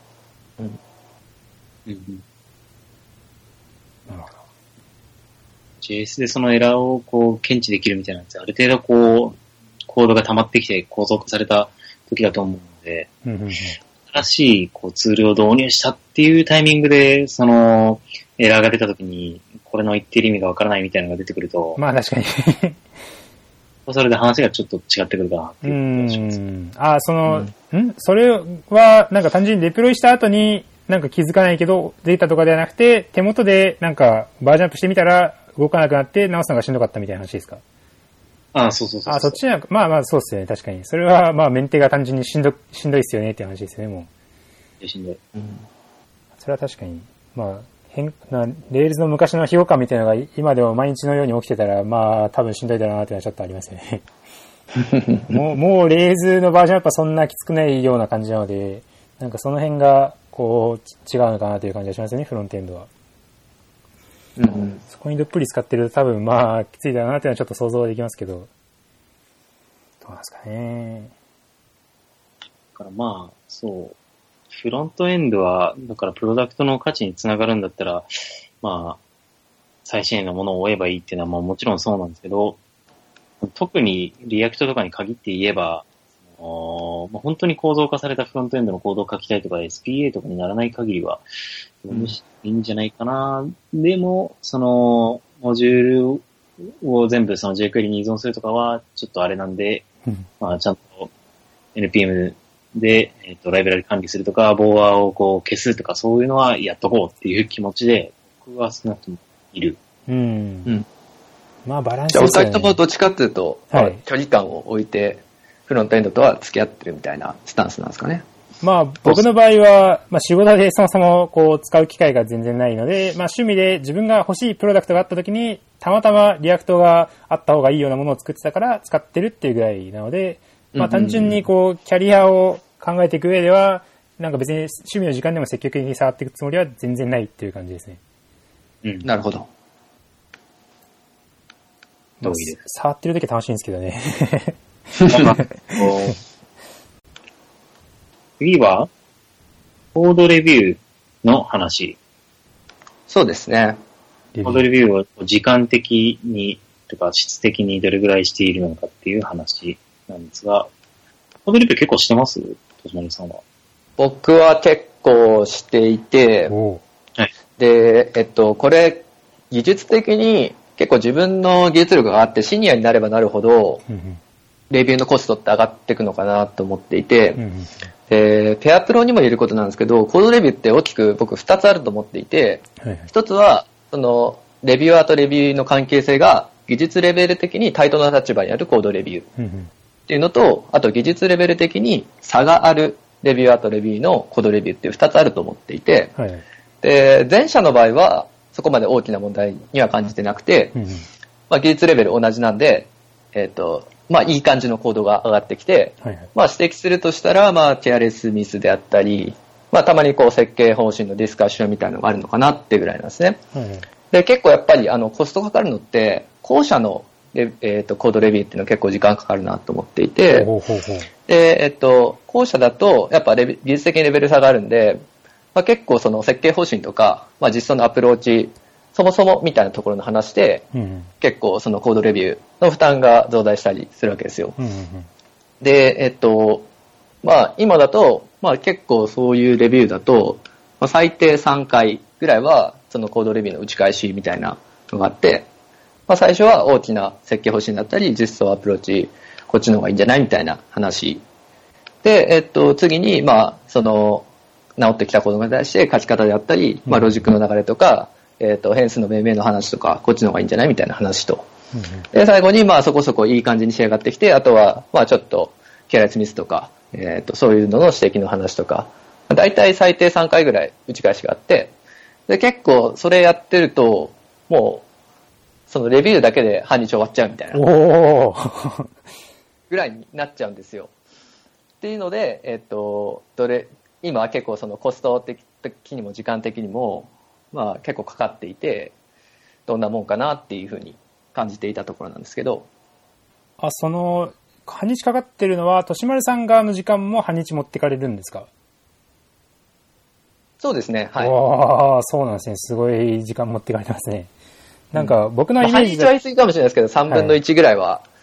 JS でそのエラーを検知できるみたいなやつ、ある程度コードが溜まってきて構造化された時だと思うので、 うんうんうん、 新しいこうツールを導入したっていうタイミングで、そのエラーが出た時に、これの言ってる意味がわからないみたいなのが出てくると、 まあ確かに。 それで話がちょっと違ってくるかなっていう気がします。 それは、なんか単純にデプロイした後に、なんか気づかないけど、データとかではなくて、手元でなんかバージョンアップしてみたら動かなくなって直すのがしんどかったみたいな話ですか？ そうそうそう。 そっちなんか、まあそうですよね、確かに。それはまあメンテが単純にしんどいっすよねっていう話ですよね、もう。しんどい。 それは確かに。まあ、レールズの昔の疲労感みたいなのが今でも毎日のように起きてたら、まあ多分しんどいだろうなっていうのはちょっとありますよね。もうレールズのバージョンアップはそんなきつくないような感じなので、なんかその辺がこう違うのかなという感じがしますよね、フロントエンドは。そこにどっぷり使ってると多分まあきついだろうなっていうのはちょっと想像できますけど、どうなんですかね。 だからまあ、そう。フロントエンドは、だからプロダクトの価値につながるんだったら、まあ、最新鋭のものを追えばいいっていうのはまあもちろんそうなんですけど、特にリアクトとかに限って言えば、本当に構造化されたフロントエンドのコードを書きたいとか SPA とかにならない限りは、いいんじゃないかな。でも、その、モジュールを全部その jQuery に依存するとかは、ちょっとあれなんで、まあ、ちゃんと NPM で、ライブラリ管理するとか、ボーアをこう消すとか、そういうのはやっとこうっていう気持ちで、僕は少なくともいる。 まあ、バランスですよね。じゃあ、お二人ともどっちかっていうと、距離感を置いて、フロントエンドとは付き合ってるみたいなスタンスなんですかね。 まあ僕の場合は、まあ仕事でそもそもこう使う機会が全然ないので、まあ趣味で自分が欲しいプロダクトがあった時に、たまたまリアクトがあった方がいいようなものを作ってたから使ってるっていうぐらいなので、まあ単純にこうキャリアを考えていく上では、なんか別に趣味の時間でも積極的に触っていくつもりは全然ないっていう感じですね。 なるほど。 同意です。 触ってる時は楽しいんですけどね。 次は、コードレビューの話。 そうですね。 コードレビューを時間的にとか質的にどれぐらいしているのかっていう話なんですが、コードレビュー結構してます？としまりさんは。 僕は結構していて、 はい、 で、これ、技術的に結構自分の技術力があってシニアになればなるほど、レビューのコストって上がっていくのかなと思っていて、ペアプロにも言えることなんですけど、コードレビューって大きく僕2つあると思っていて、1つは、その、レビュアーとレビューの関係性が技術レベル的に対等な立場にあるコードレビューっていうのと、あと技術レベル的に差があるレビュアーとレビューのコードレビューっていう2つあると思っていて、で、前者の場合はそこまで大きな問題には感じてなくて、まあ、技術レベル同じなんで、まあ、いい感じのコードが上がってきて、まあ、指摘するとしたら、まあ、ケアレスミスであったり、まあ、たまにこう、設計方針のディスカッションみたいなのがあるのかなってぐらいなんですね。で、結構やっぱり、コストかかるのって、後者の、コードレビューっていうのは結構時間かかるなと思っていて、で、後者だと、やっぱ技術的にレベル差があるんで、まあ、結構その設計方針とか、まあ、実装のアプローチ、そもそもみたいなところの話で、結構そのコードレビューの負担が増大したりするわけですよ。で、まあ今だと、まあ結構そういうレビューだと、まあ、最低3回ぐらいはそのコードレビューの打ち返しみたいなのがあって、まあ最初は大きな設計方針だったり、実装アプローチ、こっちの方がいいんじゃないみたいな話。で、次に、まあその、治ってきたコードに対して書き方であったり、まあロジックの流れとか、変数の命名の話とか、こっちの方がいいんじゃないみたいな話と。で、最後に、まあ、そこそこいい感じに仕上がってきて、あとは、まあ、ちょっと、ケアレスミスとか、そういうのの指摘の話とか、だいたい最低3回ぐらい打ち返しがあって、で、結構、それやってると、もう、そのレビューだけで半日終わっちゃうみたいな。ぐらいになっちゃうんですよ。っていうので、今は結構そのコスト的にも時間的にも、まあ結構かかっていて、どんなもんかなっていうふうに感じていたところなんですけど。 その、半日かかってるのは、としまるさん側の時間も半日持ってかれるんですか？ そうですね、はい。 そうなんですね。すごい時間持ってかれてますね。なんか僕のイメージ半日は言い過ぎかもしれないですけど、3分の1ぐらいは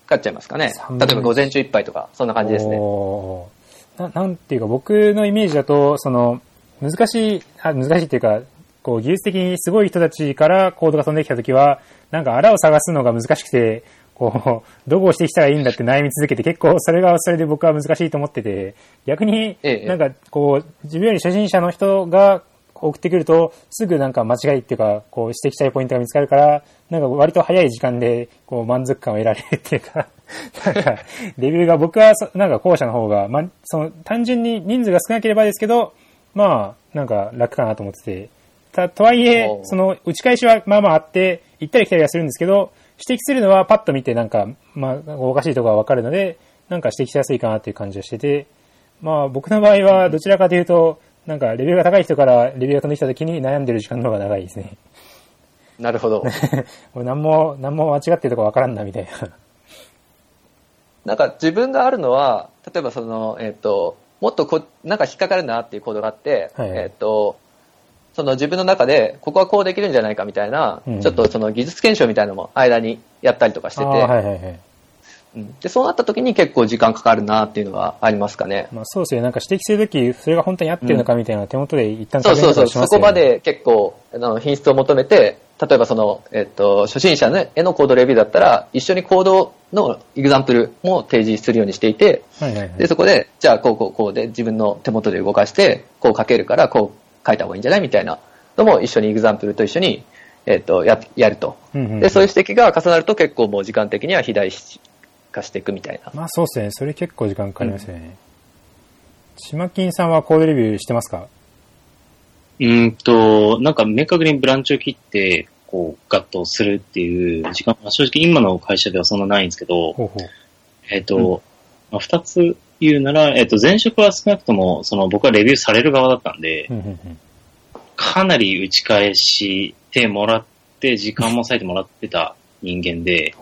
かっちゃいますかね。 3分の1 例えば午前中1杯とか、そんな感じですね。 なんていうか、僕のイメージだと、難しいっていうか、こう、技術的にすごい人たちからコードが飛んできたときは、なんか、あらを探すのが難しくて、こう、どこをしてきたらいいんだって悩み続けて、結構、それで僕は難しいと思ってて、逆に、なんか、こう、自分より初心者の人が送ってくると、すぐなんか間違いっていうか、こう、指摘したいポイントが見つかるから、なんか割と早い時間で、こう、満足感を得られるっていうか、なんか、レビューが僕は、なんか後者の方が、単純に人数が少なければですけど、まあ、なんか楽かなと思ってて、とはいえ、打ち返しはまあまああって、行ったり来たりはするんですけど、指摘するのはパッと見てなんか、まあ、おかしいところがわかるので、なんか指摘しやすいかなっていう感じがしてて、まあ僕の場合はどちらかというと、なんかレベルが高い人からレビューが飛んできた時に悩んでる時間の方が長いですね。 なるほど。 何も間違ってるとこわからんなみたいな。 なんか自分があるのは、例えばもっとなんか引っかかるなっていうコードがあって、 はい、 その自分の中で、ここはこうできるんじゃないかみたいな、ちょっとその技術検証みたいなのも間にやったりとかしてて、で、そうなった時に結構時間かかるなっていうのはありますかね。 まあそうですね。なんか指摘するとき、それが本当に合ってるのかみたいな手元で一旦確認とかしますよね。そこまで結構、品質を求めて、例えば初心者へのコードレビューだったら、一緒にコードのエグザンプルも提示するようにしていて、で、そこで、じゃあこうで自分の手元で動かして、こう書けるからこう書いた方がいいんじゃないみたいなのも一緒にエグザンプルと一緒に、やると。で、そういう指摘が重なると結構もう時間的には肥大化していくみたいな。 まあそうですね。それ結構時間かかりますよね。ちまきんさんはコードレビューしてますか？ なんか明確にブランチを切って、こう、ガッとするっていう時間は正直今の会社ではそんなないんですけど、二つ言うなら、前職は少なくとも、僕はレビューされる側だったんで、かなり打ち返してもらって、時間も割いてもらってた人間で、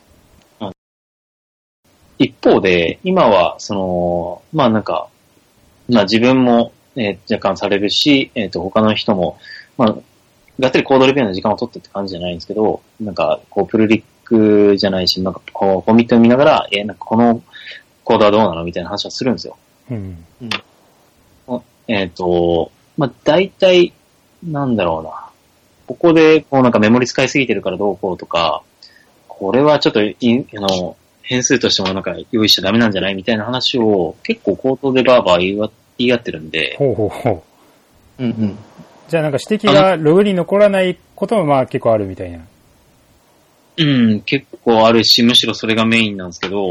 一方で、今は、まあなんか、まあ自分も、若干されるし、他の人も、まあ、がっつりコードレビューの時間を取ってって感じじゃないんですけど、なんか、こう、プルリックじゃないし、なんか、こう、コミットを見ながら、なんかこのコードはどうなのみたいな話をするんですよ。まあ、大体、なんだろうな。ここで、こう、なんかメモリ使いすぎてるからどうこうとか、これはちょっと、変数としてもなんか用意しちゃダメなんじゃないみたいな話を、結構口頭でバーバー言い合ってるんで。 じゃあなんか指摘がログに残らないこともまあ結構あるみたいな。 結構あるし、むしろそれがメインなんですけど、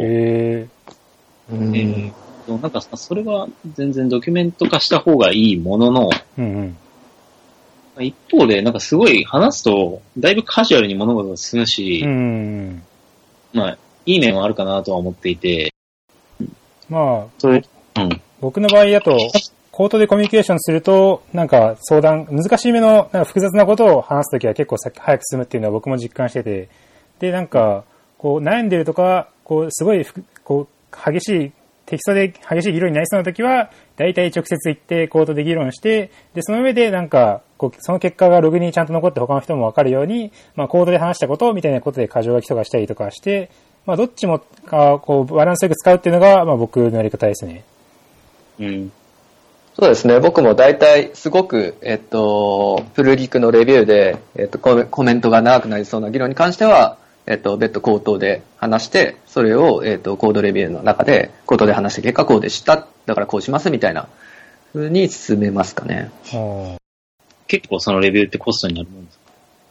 なんかそれは全然ドキュメント化した方がいいものの、一方でなんかすごい話すと、だいぶカジュアルに物事が進むし、まあ、いい面はあるかなとは思っていて、 まあ、僕の場合だと、口頭でコミュニケーションすると、なんか難しめのなんか複雑なことを話すときは結構早く進むっていうのは僕も実感してて、で、なんか、こう悩んでるとか、こうすごい、こうテキストで激しい議論になりそうなときは、だいたい直接行って口頭で議論して、で、その上でなんか、こうその結果がログにちゃんと残って他の人もわかるように、まあ口頭で話したことみたいなことで箇条書きとかしたりとかして、まあどっちも、こうバランスよく使うっていうのが、まあ僕のやり方ですね。 そうですね。僕も大体すごく、プルリクのレビューで、コメントが長くなりそうな議論に関しては、別途口頭で話して、それを、コードレビューの中で、口頭で話した結果こうでした。だからこうしますみたいな風に進めますかね。 結構そのレビューってコストになるもんですか？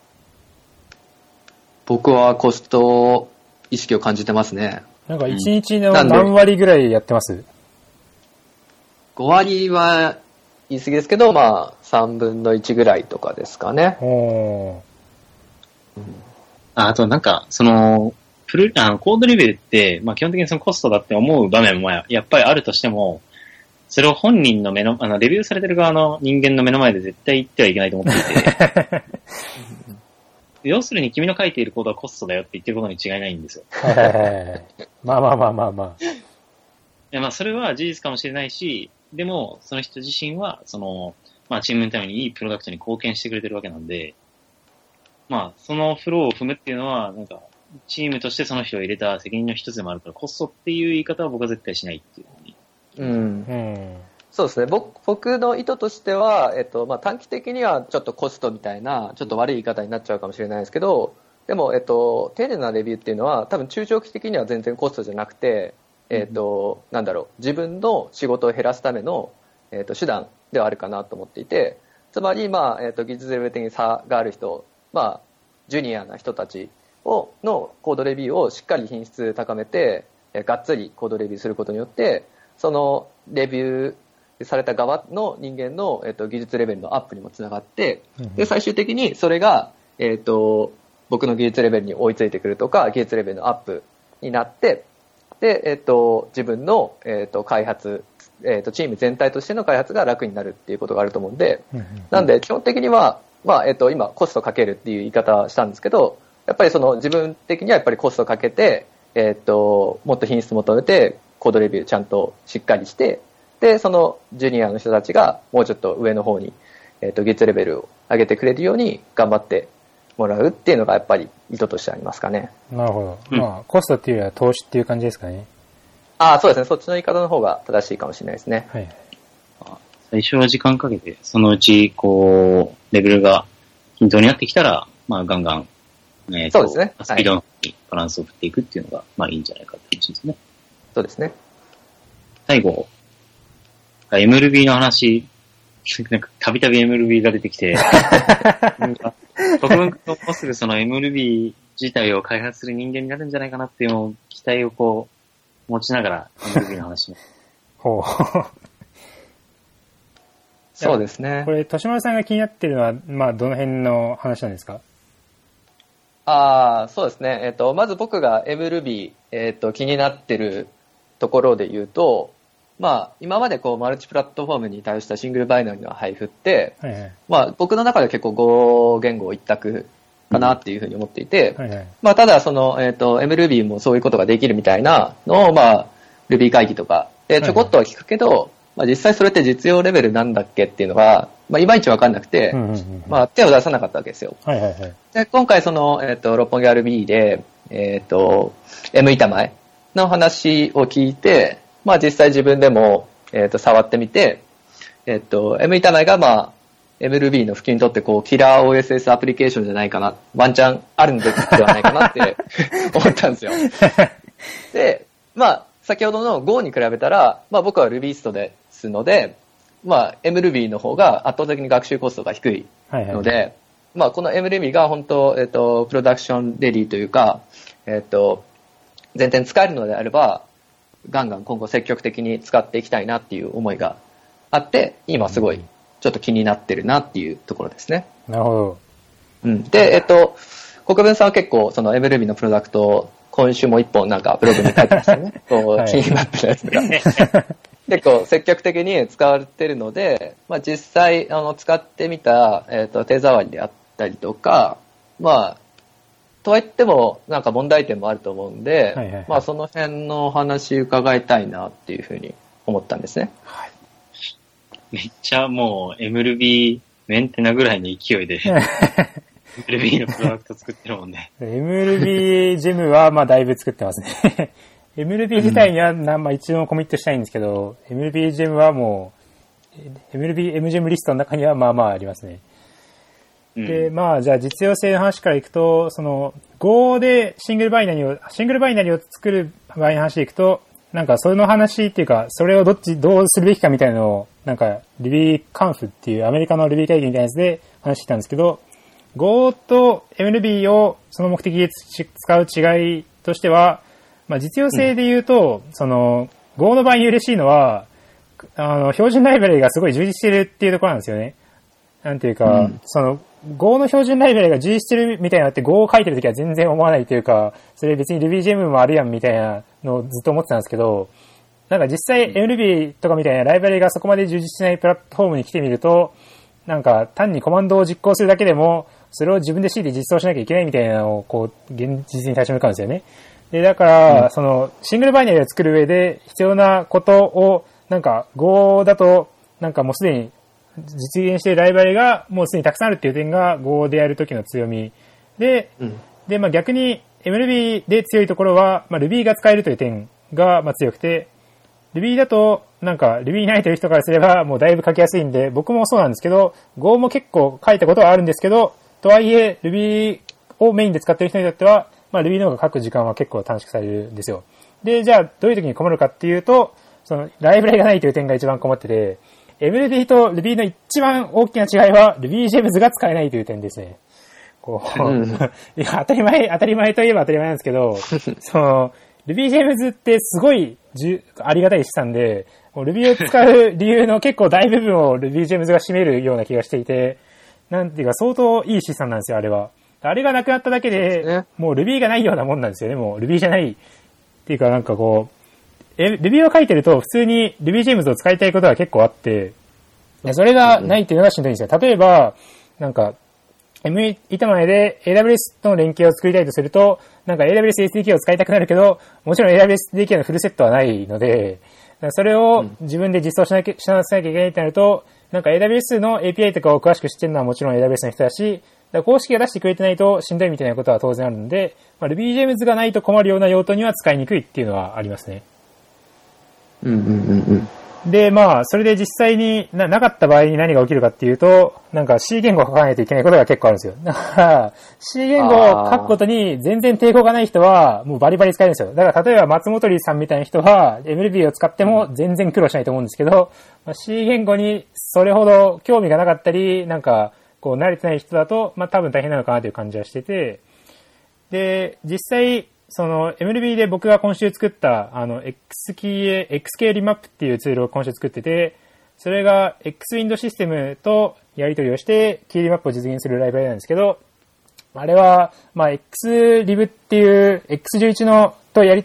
僕はコスト意識を感じてますね。 なんか1日の何割ぐらいやってます？ 5 割は言い過ぎですけど、まあ、3分の1ぐらいとかですかね。 あとなんか、コードレビューって、まあ基本的にそのコストだって思う場面もやっぱりあるとしても、それを本人のレビューされてる側の人間の目の前で絶対言ってはいけないと思っていて、要するに君の書いているコードはコストだよって言ってることに違いないんですよ。 まあ。 いや、まあそれは事実かもしれないし、でも、その人自身は、まあチームのためにいいプロダクトに貢献してくれてるわけなんで、まあ、そのフローを踏むっていうのは、なんか、 チームとしてその人を入れた責任の一つでもあるから、コストっていう言い方は僕は絶対しないっていうふうに。 そうですね。僕の意図としては、まあ、短期的にはちょっとコストみたいな、ちょっと悪い言い方になっちゃうかもしれないですけど、でも、丁寧なレビューっていうのは、多分中長期的には全然コストじゃなくて、なんだろう、自分の仕事を減らすための、手段ではあるかなと思っていて、つまり、まあ、技術レベル的に差がある人、まあ、ジュニアな人たちのコードレビューをしっかり品質高めて、がっつりコードレビューすることによって、そのレビューされた側の人間の、技術レベルのアップにもつながって、で、最終的にそれが、僕の技術レベルに追いついてくるとか、技術レベルのアップになって、で、自分の、開発、チーム全体としての開発が楽になるっていうことがあると思うんで、なんで基本的には、まあ、今コストかけるっていう言い方をしたんですけど、やっぱりその自分的にはやっぱりコストかけて、もっと品質求めて、コードレビューちゃんとしっかりして、で、そのジュニアの人たちがもうちょっと上の方に、技術レベルを上げてくれるように頑張ってもらうっていうのがやっぱり意図としてありますかね。 なるほど。まあ、コストっていうよりは投資っていう感じですかね。 そうですね。そっちの言い方の方が正しいかもしれないですね。 はい。 最初は時間かけて、そのうち、こう、レベルが均等になってきたら、まあ、ガンガン、 そうですね。 スピードにバランスを振っていくっていうのが、まあいいんじゃないかっていう話ですね。 そうですね。 最後、MLB の話、なんかたびたび MLB が出てきて、国分君ももうすぐその MLB 自体を開発する人間になるんじゃないかなっていうのを期待をこう、持ちながら MLB の話を。 ほう。 そうですね。 これ、豊島さんが気になってるのは、まあ、どの辺の話なんですか？ そうですね。まず僕が MLB、気になってるところで言うと、まあ、今までこう、マルチプラットフォームに対したシングルバイナリの配布って、はいはい、まあ、僕の中で結構Go言語一択かなっていうふうに思っていて、はいはい、まあ、ただその、MLB もそういうことができるみたいなのを、まあ、Ruby 会議とかでちょこっとは聞くけど、はいはい、まあ、実際それって実用レベルなんだっけっていうのが、まあ、いまいちわかんなくて、まあ、手を出さなかったわけですよ。はいはいはい、で今回その、六本木 RB で、M 板前の話を聞いて、まあ、実際自分でも、触ってみて、M 板前がまあ、MLB の普及にとってこう、キラー OSS アプリケーションじゃないかな、ワンチャンあるんではないかなって思ったんですよ。で、まあ、先ほどの Go に比べたら、まあ僕は Rubyist ですので、まあ MRuby の方が圧倒的に学習コストが低いので、はいはい、まあこの MRuby が本当、プロダクションレディというか、全然使えるのであれば、ガンガン今後積極的に使っていきたいなっていう思いがあって、今すごいちょっと気になってるなっていうところですね。 なるほど。 うん。で、国分さんは結構その MRuby のプロダクトを今週も一本なんかブログに書いてましたね。こう、気になってるやつが。結構積極的に使われてるので、まあ実際、使ってみた、手触りであったりとか、まあ、とはいってもなんか問題点もあると思うんで、はいはいはい、まあその辺の話伺いたいなっていうふうに思ったんですね。はい、 めっちゃもう MLB メンテナぐらいの勢いで。MLB のプロダクト作ってるもんね。 MLB ジェムはまあだいぶ作ってますね。MLB 自体にはまあ一応コミットしたいんですけど、MLB ジェムはもう、MLB M ジェムリストの中にはまあまあありますね。で、まあじゃあ実用性の話からいくと、その Go でシングルバイナリーを作る場合の話でいくと、なんかその話っていうか、それをどうするべきかみたいなのを、なんか Ruby カンフっていうアメリカの Ruby 会議みたいなやつで話してたんですけど、Go と MLB をその目的で使う違いとしては、まあ、実用性で言うと、その Go の場合に嬉しいのは、標準ライブラリがすごい充実してるっていうところなんですよね。なんていうか、その Go の標準ライブラリが充実してるみたいなって Go を書いてるときは全然思わないというか、それ別に RubyGem もあるやんみたいなのをずっと思ってたんですけど、なんか実際 MLB とかみたいなライブラリがそこまで充実しないプラットフォームに来てみると、なんか単にコマンドを実行するだけでも、それを自分で C で実装しなきゃいけないみたいなのをこう現実に立ち向かうんですよね。で、だから、そのシングルバイナリーを作る上で必要なことをなんか Go だとなんかもうすでに実現しているライブラリがもうすでにたくさんあるっていう点が Go でやるときの強みで、でまあ逆に MLB で強いところは、まあ、Ruby が使えるという点が、まあ、強くて、Ruby だと、なんか Ruby に慣れてる人からすればもうだいぶ書きやすいんで、僕もそうなんですけど、Go も結構書いたことはあるんですけど、とはいえ Ruby をメインで使ってる人にとっては、まあ Ruby の方が書く時間は結構短縮されるんですよ。で、じゃあどういう時に困るかっていうと、そのライブラリがないという点が一番困ってて、MLB と Ruby の一番大きな違いは RubyGems が使えないという点ですね。こう、いや、当たり前といえば当たり前なんですけど、その、RubyGems ってすごいありがたい資産で、Ruby を使う理由の結構大部分を RubyGems が占めるような気がしていて、なんていうか相当いい資産なんですよ、あれは。あれがなくなっただけで、もう Ruby がないようなもんなんですよね、もう Ruby じゃない。っていうかなんかこう、Ruby を書いてると普通に RubyGems を使いたいことが結構あって、それがないっていうのがしんどいんですよ。例えば、なんか、板前で AWS との連携を作りたいとすると、なんか AWS SDK を使いたくなるけど、もちろん AWS SDK のフルセットはないので、それを自分で実装しなきゃいけないってなると、なんか AWS の API とかを詳しく知ってるのはもちろん AWS の人だし、公式が出してくれてないとしんどいみたいなことは当然あるので、まあ、RubyGems がないと困るような用途には使いにくいっていうのはありますね。で、まあ、それで実際になかった場合に何が起きるかっていうと、なんか C 言語を書かないといけないことが結構あるんですよ。だから、C 言語を書くことに全然抵抗がない人は、もうバリバリ使えるんですよ。だから、例えば松本さんみたいな人は、MLB を使っても全然苦労しないと思うんですけど、C 言語にそれほど興味がなかったり、なんか、こう慣れてない人だと、まあ多分大変なのかなという感じはしてて、で、実際、その MLB で僕が今週作ったXK リマップっていうツールを今週作ってて、それが Xwind システムとやり取りをしてキーリマップを実現するライブラリなんですけど、あれはまあ Xlib っていう X11 の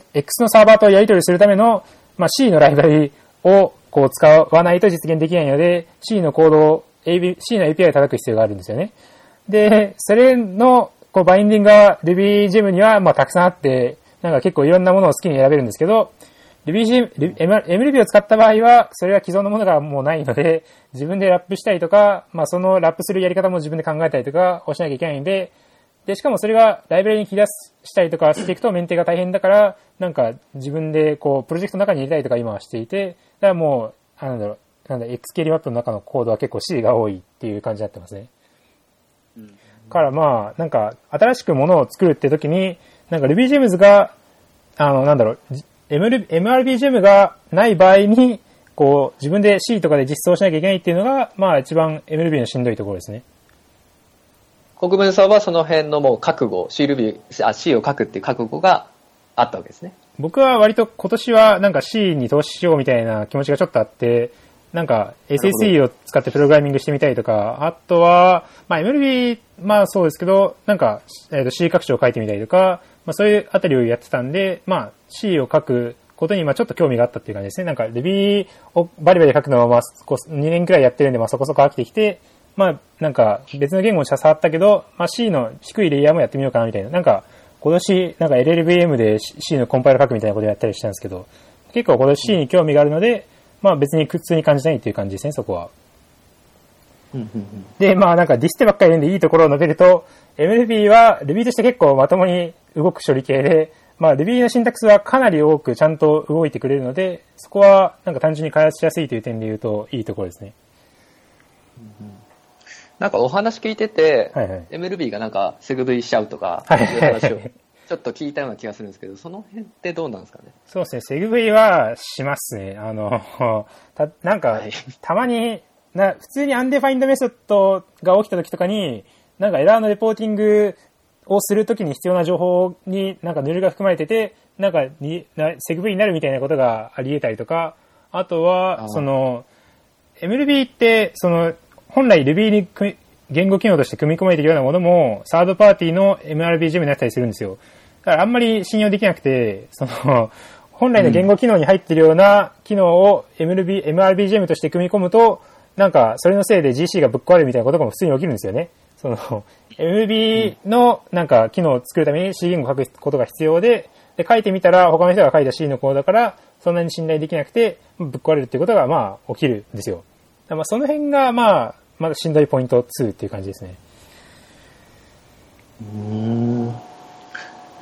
X のサーバーとやり取りするためのまあ C のライブラリをこう使わないと実現できないので C のコードを C の API を叩く必要があるんですよね。で、それのこうバインディングが RubyGem にはまあたくさんあって、なんか結構いろんなものを好きに選べるんですけど、MLB を使った場合は、それは既存のものがもうないので、自分でラップしたりとか、まあそのラップするやり方も自分で考えたりとかをしなきゃいけないんで、で、しかもそれがライブラリに切り出したりとかしていくとメンテが大変だから、なんか自分でこうプロジェクトの中に入れたりとか今はしていて、だからもう、XK リマップの中のコードは結構 C が多いっていう感じになってますね。からまあ、なんか、新しくものを作るって時に、なんか RubyGems が、MRBGem がない場合に、こう、自分で C とかで実装しなきゃいけないっていうのが、まあ一番 MLB のしんどいところですね。 国分さんはその辺のもう覚悟、C を書くっていう覚悟があったわけですね。 僕は割と今年はなんか C に投資しようみたいな気持ちがちょっとあって、なんか SSE を使ってプログラミングしてみたりとか、あとは、まあ MLB、まあそうですけど、なんか、C 拡張を書いてみたりとか、まあそういうあたりをやってたんで、まあ C を書くことにまあちょっと興味があったっていう感じですね。なんか Ruby をバリバリ書くのはまあ2年くらいやってるんで、まあそこそこ飽きてきて、まあなんか別の言語に触ったけど、まあ C の低いレイヤーもやってみようかなみたいな。なんか今年なんか LLVM で C のコンパイル書くみたいなことをやったりしたんですけど、結構今年 C に興味があるので、まあ別に苦痛に感じないっていう感じですね、そこは。で、まあなんかディステばっかり言うんでいいところを述べると、MLB は Ruby として結構まともに動く処理系で、まあ Ruby のシンタックスはかなり多くちゃんと動いてくれるので、そこはなんか単純に開発しやすいという点で言うといいところですね。 なんかお話聞いてて、 はいはい、 MLB がなんかセグ V しちゃうとか、いう話をちょっと聞いたような気がするんですけど、その辺ってどうなんですかね。 そうですね、セグ V はしますね。なんか、たまに、普通にアンデファインドメソッドが起きた時とかに、なんかエラーのレポーティングをするときに必要な情報になんかヌルが含まれてて、なんかセグ V になるみたいなことがあり得たりとか、あとは、MLB って、本来 Ruby に言語機能として組み込まれているようなものも、サードパーティーの MRBGem になったりするんですよ。だからあんまり信用できなくて、本来の言語機能に入っているような機能を MRBGem として組み込むと、なんか、それのせいで GC がぶっ壊れるみたいなことが普通に起きるんですよね。MLB のなんか機能を作るために C 言語を書くことが必要で、書いてみたら他の人が書いた C のコードだから、そんなに信頼できなくて、ぶっ壊れるっていうことがまあ起きるんですよ。まあその辺がまだしんどいポイント2っていう感じですね。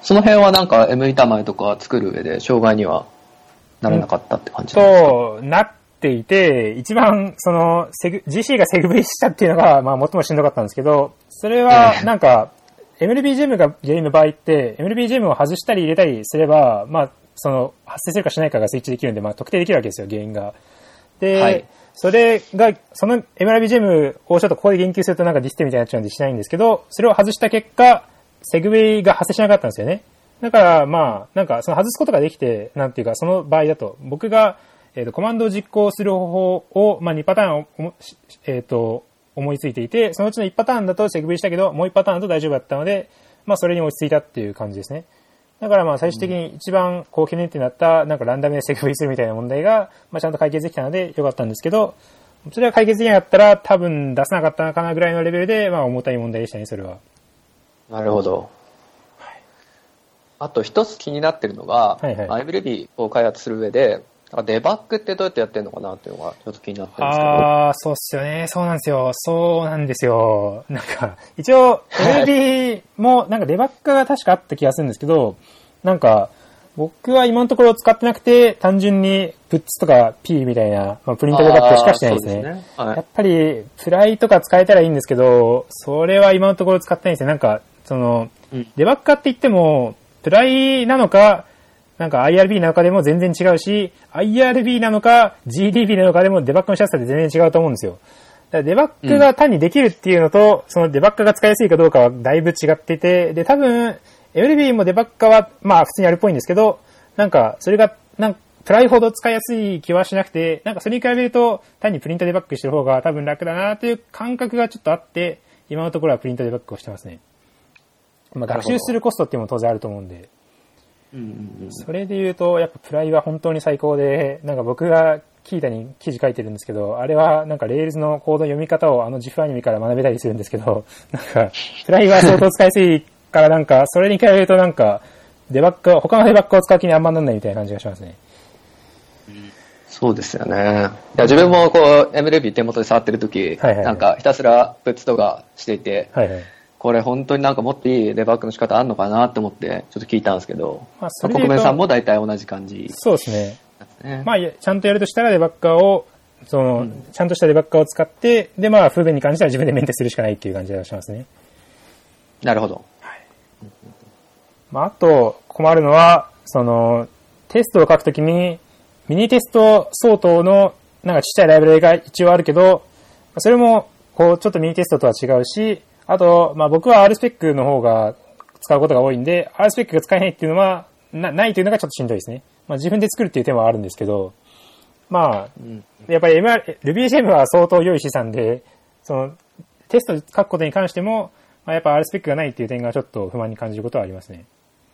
その辺はなんか M 板前とか作る上で障害にはならなかったって感じなんですか？ と、なっていて、一番、GC がセグウェイしたっていうのが、まあ、最もしんどかったんですけど、それは、なんか、MLBGEM が原因の場合って、MLBGEM を外したり入れたりすれば、まあ、発生するかしないかがスイッチできるんで、まあ、特定できるわけですよ、原因が。で、はい、それが、その MLBGEM をちょっとここで言及するとなんかディステみたいになっちゃうんでしないんですけど、それを外した結果、セグウェイが発生しなかったんですよね。だから、まあ、なんか、その外すことができて、なんていうか、その場合だと、僕が、コマンドを実行する方法を、まあ、2パターン思いついていて、そのうちの1パターンだとセグウェイしたけど、もう1パターンだと大丈夫だったので、まあ、それに落ち着いたっていう感じですね。だからまあ、最終的に一番、こう、懸念点になった、なんかランダムでセグウェイするみたいな問題が、まあ、ちゃんと解決できたので、よかったんですけど、それは解決できなかったら、多分出さなかったのかなぐらいのレベルで、まあ、重たい問題でしたね、それは。 なるほど。あと一つ気になってるのが、はいはい、iBruby を開発する上で、デバッグってどうやってやってるのかなっていうのがちょっと気になってるんですけど。 ああ、そうっすよね。そうなんですよ。そうなんですよ。なんか、一応、MLB もなんかデバッグが確かあった気がするんですけど、なんか、僕は今のところ使ってなくて、単純にプッツとか P みたいな、まあ、プリントデバッグしかしてないですね。そうですね。はい、やっぱり、プライとか使えたらいいんですけど、それは今のところ使ってないんですよ。なんか、デバッグって言っても、プライなのか、なんか IRB なのかでも全然違うし、IRB なのか GDB なのかでもデバッグのしやすさで全然違うと思うんですよ。だからデバッグが単にできるっていうのと、そのデバッグが使いやすいかどうかはだいぶ違っていて、で、多分、MLB もデバッグはまあ普通にあるっぽいんですけど、なんかそれが、プライほど使いやすい気はしなくて、なんかそれに比べると単にプリントデバッグしてる方が多分楽だなという感覚がちょっとあって、今のところはプリントデバッグをしてますね。まあ、学習するコストっていうのも当然あると思うんで。それで言うと、やっぱプライは本当に最高で、なんか僕がキータに記事書いてるんですけど、あれはなんか Rails のコード読み方をGIF アニメから学べたりするんですけど、なんか、プライは相当使いやすいからなんか、それに比べるとなんか、他のデバッグを使う気にあんまなんないみたいな感じがしますね。 そうですよね。いや、自分もこう、MLB 手元で触ってるとき、なんかひたすらプッツとかしていて、はいはい、これ本当になんかもっといいデバッグの仕方あるのかなって思ってちょっと聞いたんですけど、まあ、国分さんも大体同じ感じ、 そうですね。まあ、ちゃんとやるとしたらデバッガーを、ちゃんとしたデバッガーを使って、で、まあ、不便に関しては自分でメンテするしかないっていう感じがしますね。 なるほど。 はい。まあ、あと、困るのは、テストを書くときに、ミニテスト相当の、なんかちっちゃいライブラリが一応あるけど、それも、こう、ちょっとミニテストとは違うし、あと、まあ僕は RSpec の方が使うことが多いんで、RSpec が使えないっていうのは、ないというのがちょっとしんどいですね。まあ自分で作るっていう手はあるんですけど、まあ、やっぱり RubyGem は相当良い資産で、テスト書くことに関しても、まあやっぱ RSpec がないっていう点がちょっと不満に感じることはありますね。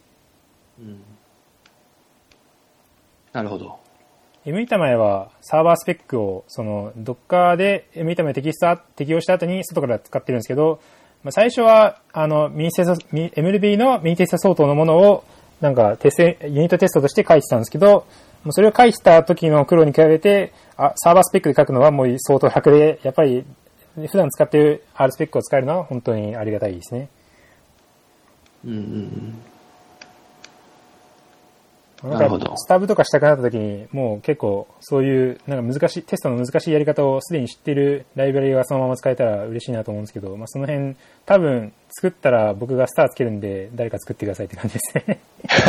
なるほど。 MITA 前はサーバースペックを、Docker で MITA 前適用した後に外から使ってるんですけど、まあ、最初は、MLB のミニテスト相当のものを、なんか、ユニットテストとして書いてたんですけど、もうそれを書いた時の苦労に比べて、サーバースペックで書くのはもう相当楽で、やっぱり、普段使っている R スペックを使えるのは本当にありがたいですね。なるほど。スタブとかしたくなった時に、もう結構そういうなんかテストの難しいやり方をすでに知っているライブラリがそのまま使えたら嬉しいなと思うんですけど、まあその辺多分作ったら僕がスターつけるんで誰か作ってくださいって感じですね。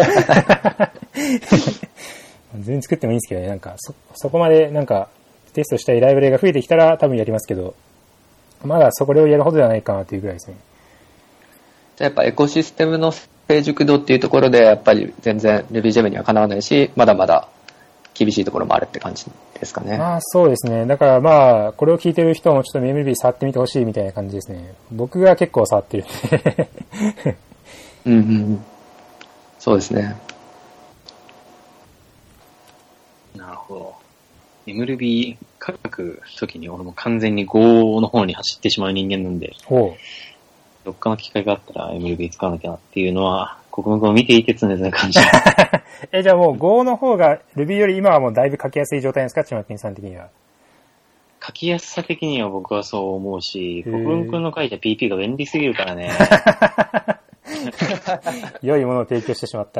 全然作ってもいいんですけどね、なんかそこまでなんかテストしたいライブラリが増えてきたら多分やりますけど、まだそこをやるほどではないかなというぐらいですね。 じゃあやっぱエコシステムの成熟度っていうところでやっぱり全然 RubyGem にはかなわないし、まだまだ厳しいところもあるって感じですかね。 まあそうですね。だからまあこれを聞いてる人もちょっと MLB 触ってみてほしいみたいな感じですね。僕が結構触ってるんでそうですね。 なるほど。MLB 書くときに俺も完全に Go の方に走ってしまう人間なんで。どっかの機会があったら MLB 使わなきゃなっていうのは、国文を見ていて常々感じる。 じゃあもう Go の方が Ruby より今はもうだいぶ書きやすい状態ですか、ちまきんさん的には。 書きやすさ的には僕はそう思うし、国文くんの書いた PP が便利すぎるからね。 良いものを提供してしまった。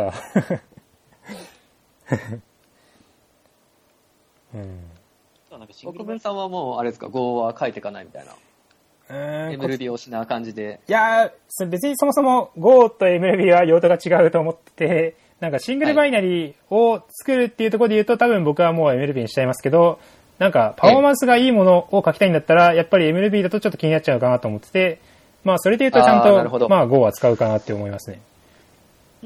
国分さんはもう、あれですか、Go は書いていかないみたいな。MLB 推しな感じで。 いやー、別にそもそも Go と MLB は用途が違うと思ってて、なんかシングルバイナリーを作るっていうところで言うと、多分僕はもう MLB にしちゃいますけど、なんかパフォーマンスがいいものを書きたいんだったら、やっぱり MLB だとちょっと気になっちゃうかなと思ってて、まあそれで言うとちゃんと、まあ Go は使うかなって思いますね。 うん。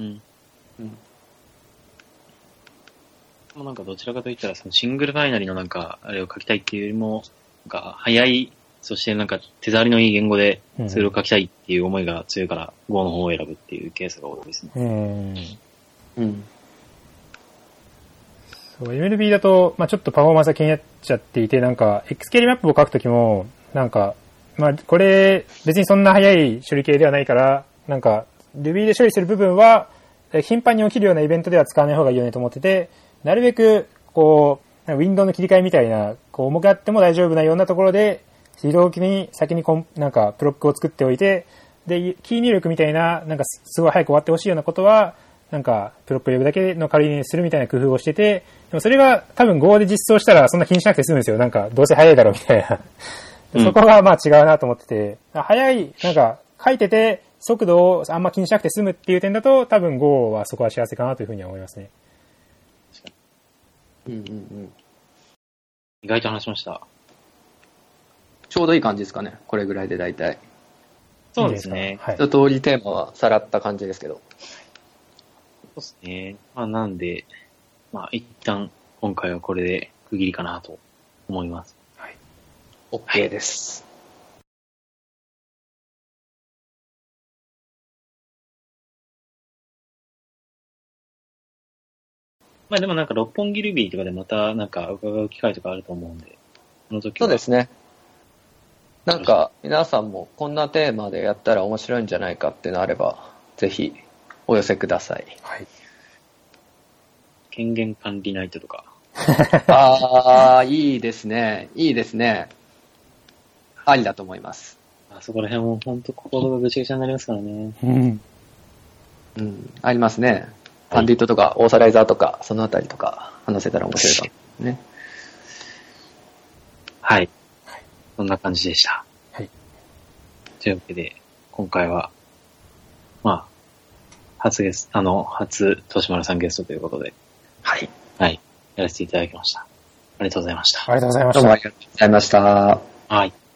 もうなんかどちらかといったら、そのシングルバイナリーのなんか、あれを書きたいっていうよりも、なんか早い、そしてなんか手触りのいい言語でそれを書きたいっていう思いが強いから、Go の方を選ぶっていうケースが多いですね。 そう、MLB だと、まあちょっとパフォーマンスが気になっちゃっていて、なんか、XKL マップを書くときも、なんか、まあこれ、別にそんな早い処理系ではないから、なんか、Ruby で処理する部分は、頻繁に起きるようなイベントでは使わない方がいいよねと思ってて、なるべく、こう、ウィンドウの切り替えみたいな、こう重くあっても大丈夫なようなところで、非常に先になんか、プロックを作っておいて、で、キー入力みたいな、なんか、すごい早く終わってほしいようなことは、なんか、プロックを呼ぶだけの代わりにするみたいな工夫をしてて、でもそれが多分 Go で実装したらそんな気にしなくて済むんですよ。なんか、どうせ早いだろうみたいな。そこがまあ違うなと思ってて、早い、なんか、書いてて、速度をあんま気にしなくて済むっていう点だと、多分 Go はそこは幸せかなというふうには思いますね。 意外と話しました。 ちょうどいい感じですかね。これぐらいで大体。 そうですね。 はい。一通りテーマはさらった感じですけど。 そうですね。まあなんで、まあ一旦今回はこれで区切りかなと思います。 はい。OK です。 まあでもなんか六本木ルビーとかでまたなんか伺う機会とかあると思うんで、その時は。 そうですね。なんか皆さんもこんなテーマでやったら面白いんじゃないかっていうのあれば、ぜひお寄せください。 はい。 権限管理ナイトとか。 ああ、いいですね。いいですね。ありだと思います。 あそこら辺も本当心がぐちゃぐちゃになりますからね。 うん。ありますね。パンディットとか、オーサライザーとか、そのあたりとか話せたら面白いかもね。 はい。そんな感じでした。 はい。 というわけで、今回は、まあ、初、豊島さんゲストということで。 はい。 はい。やらせていただきました。ありがとうございました。 ありがとうございました。 どうもありがとうございました。 はい。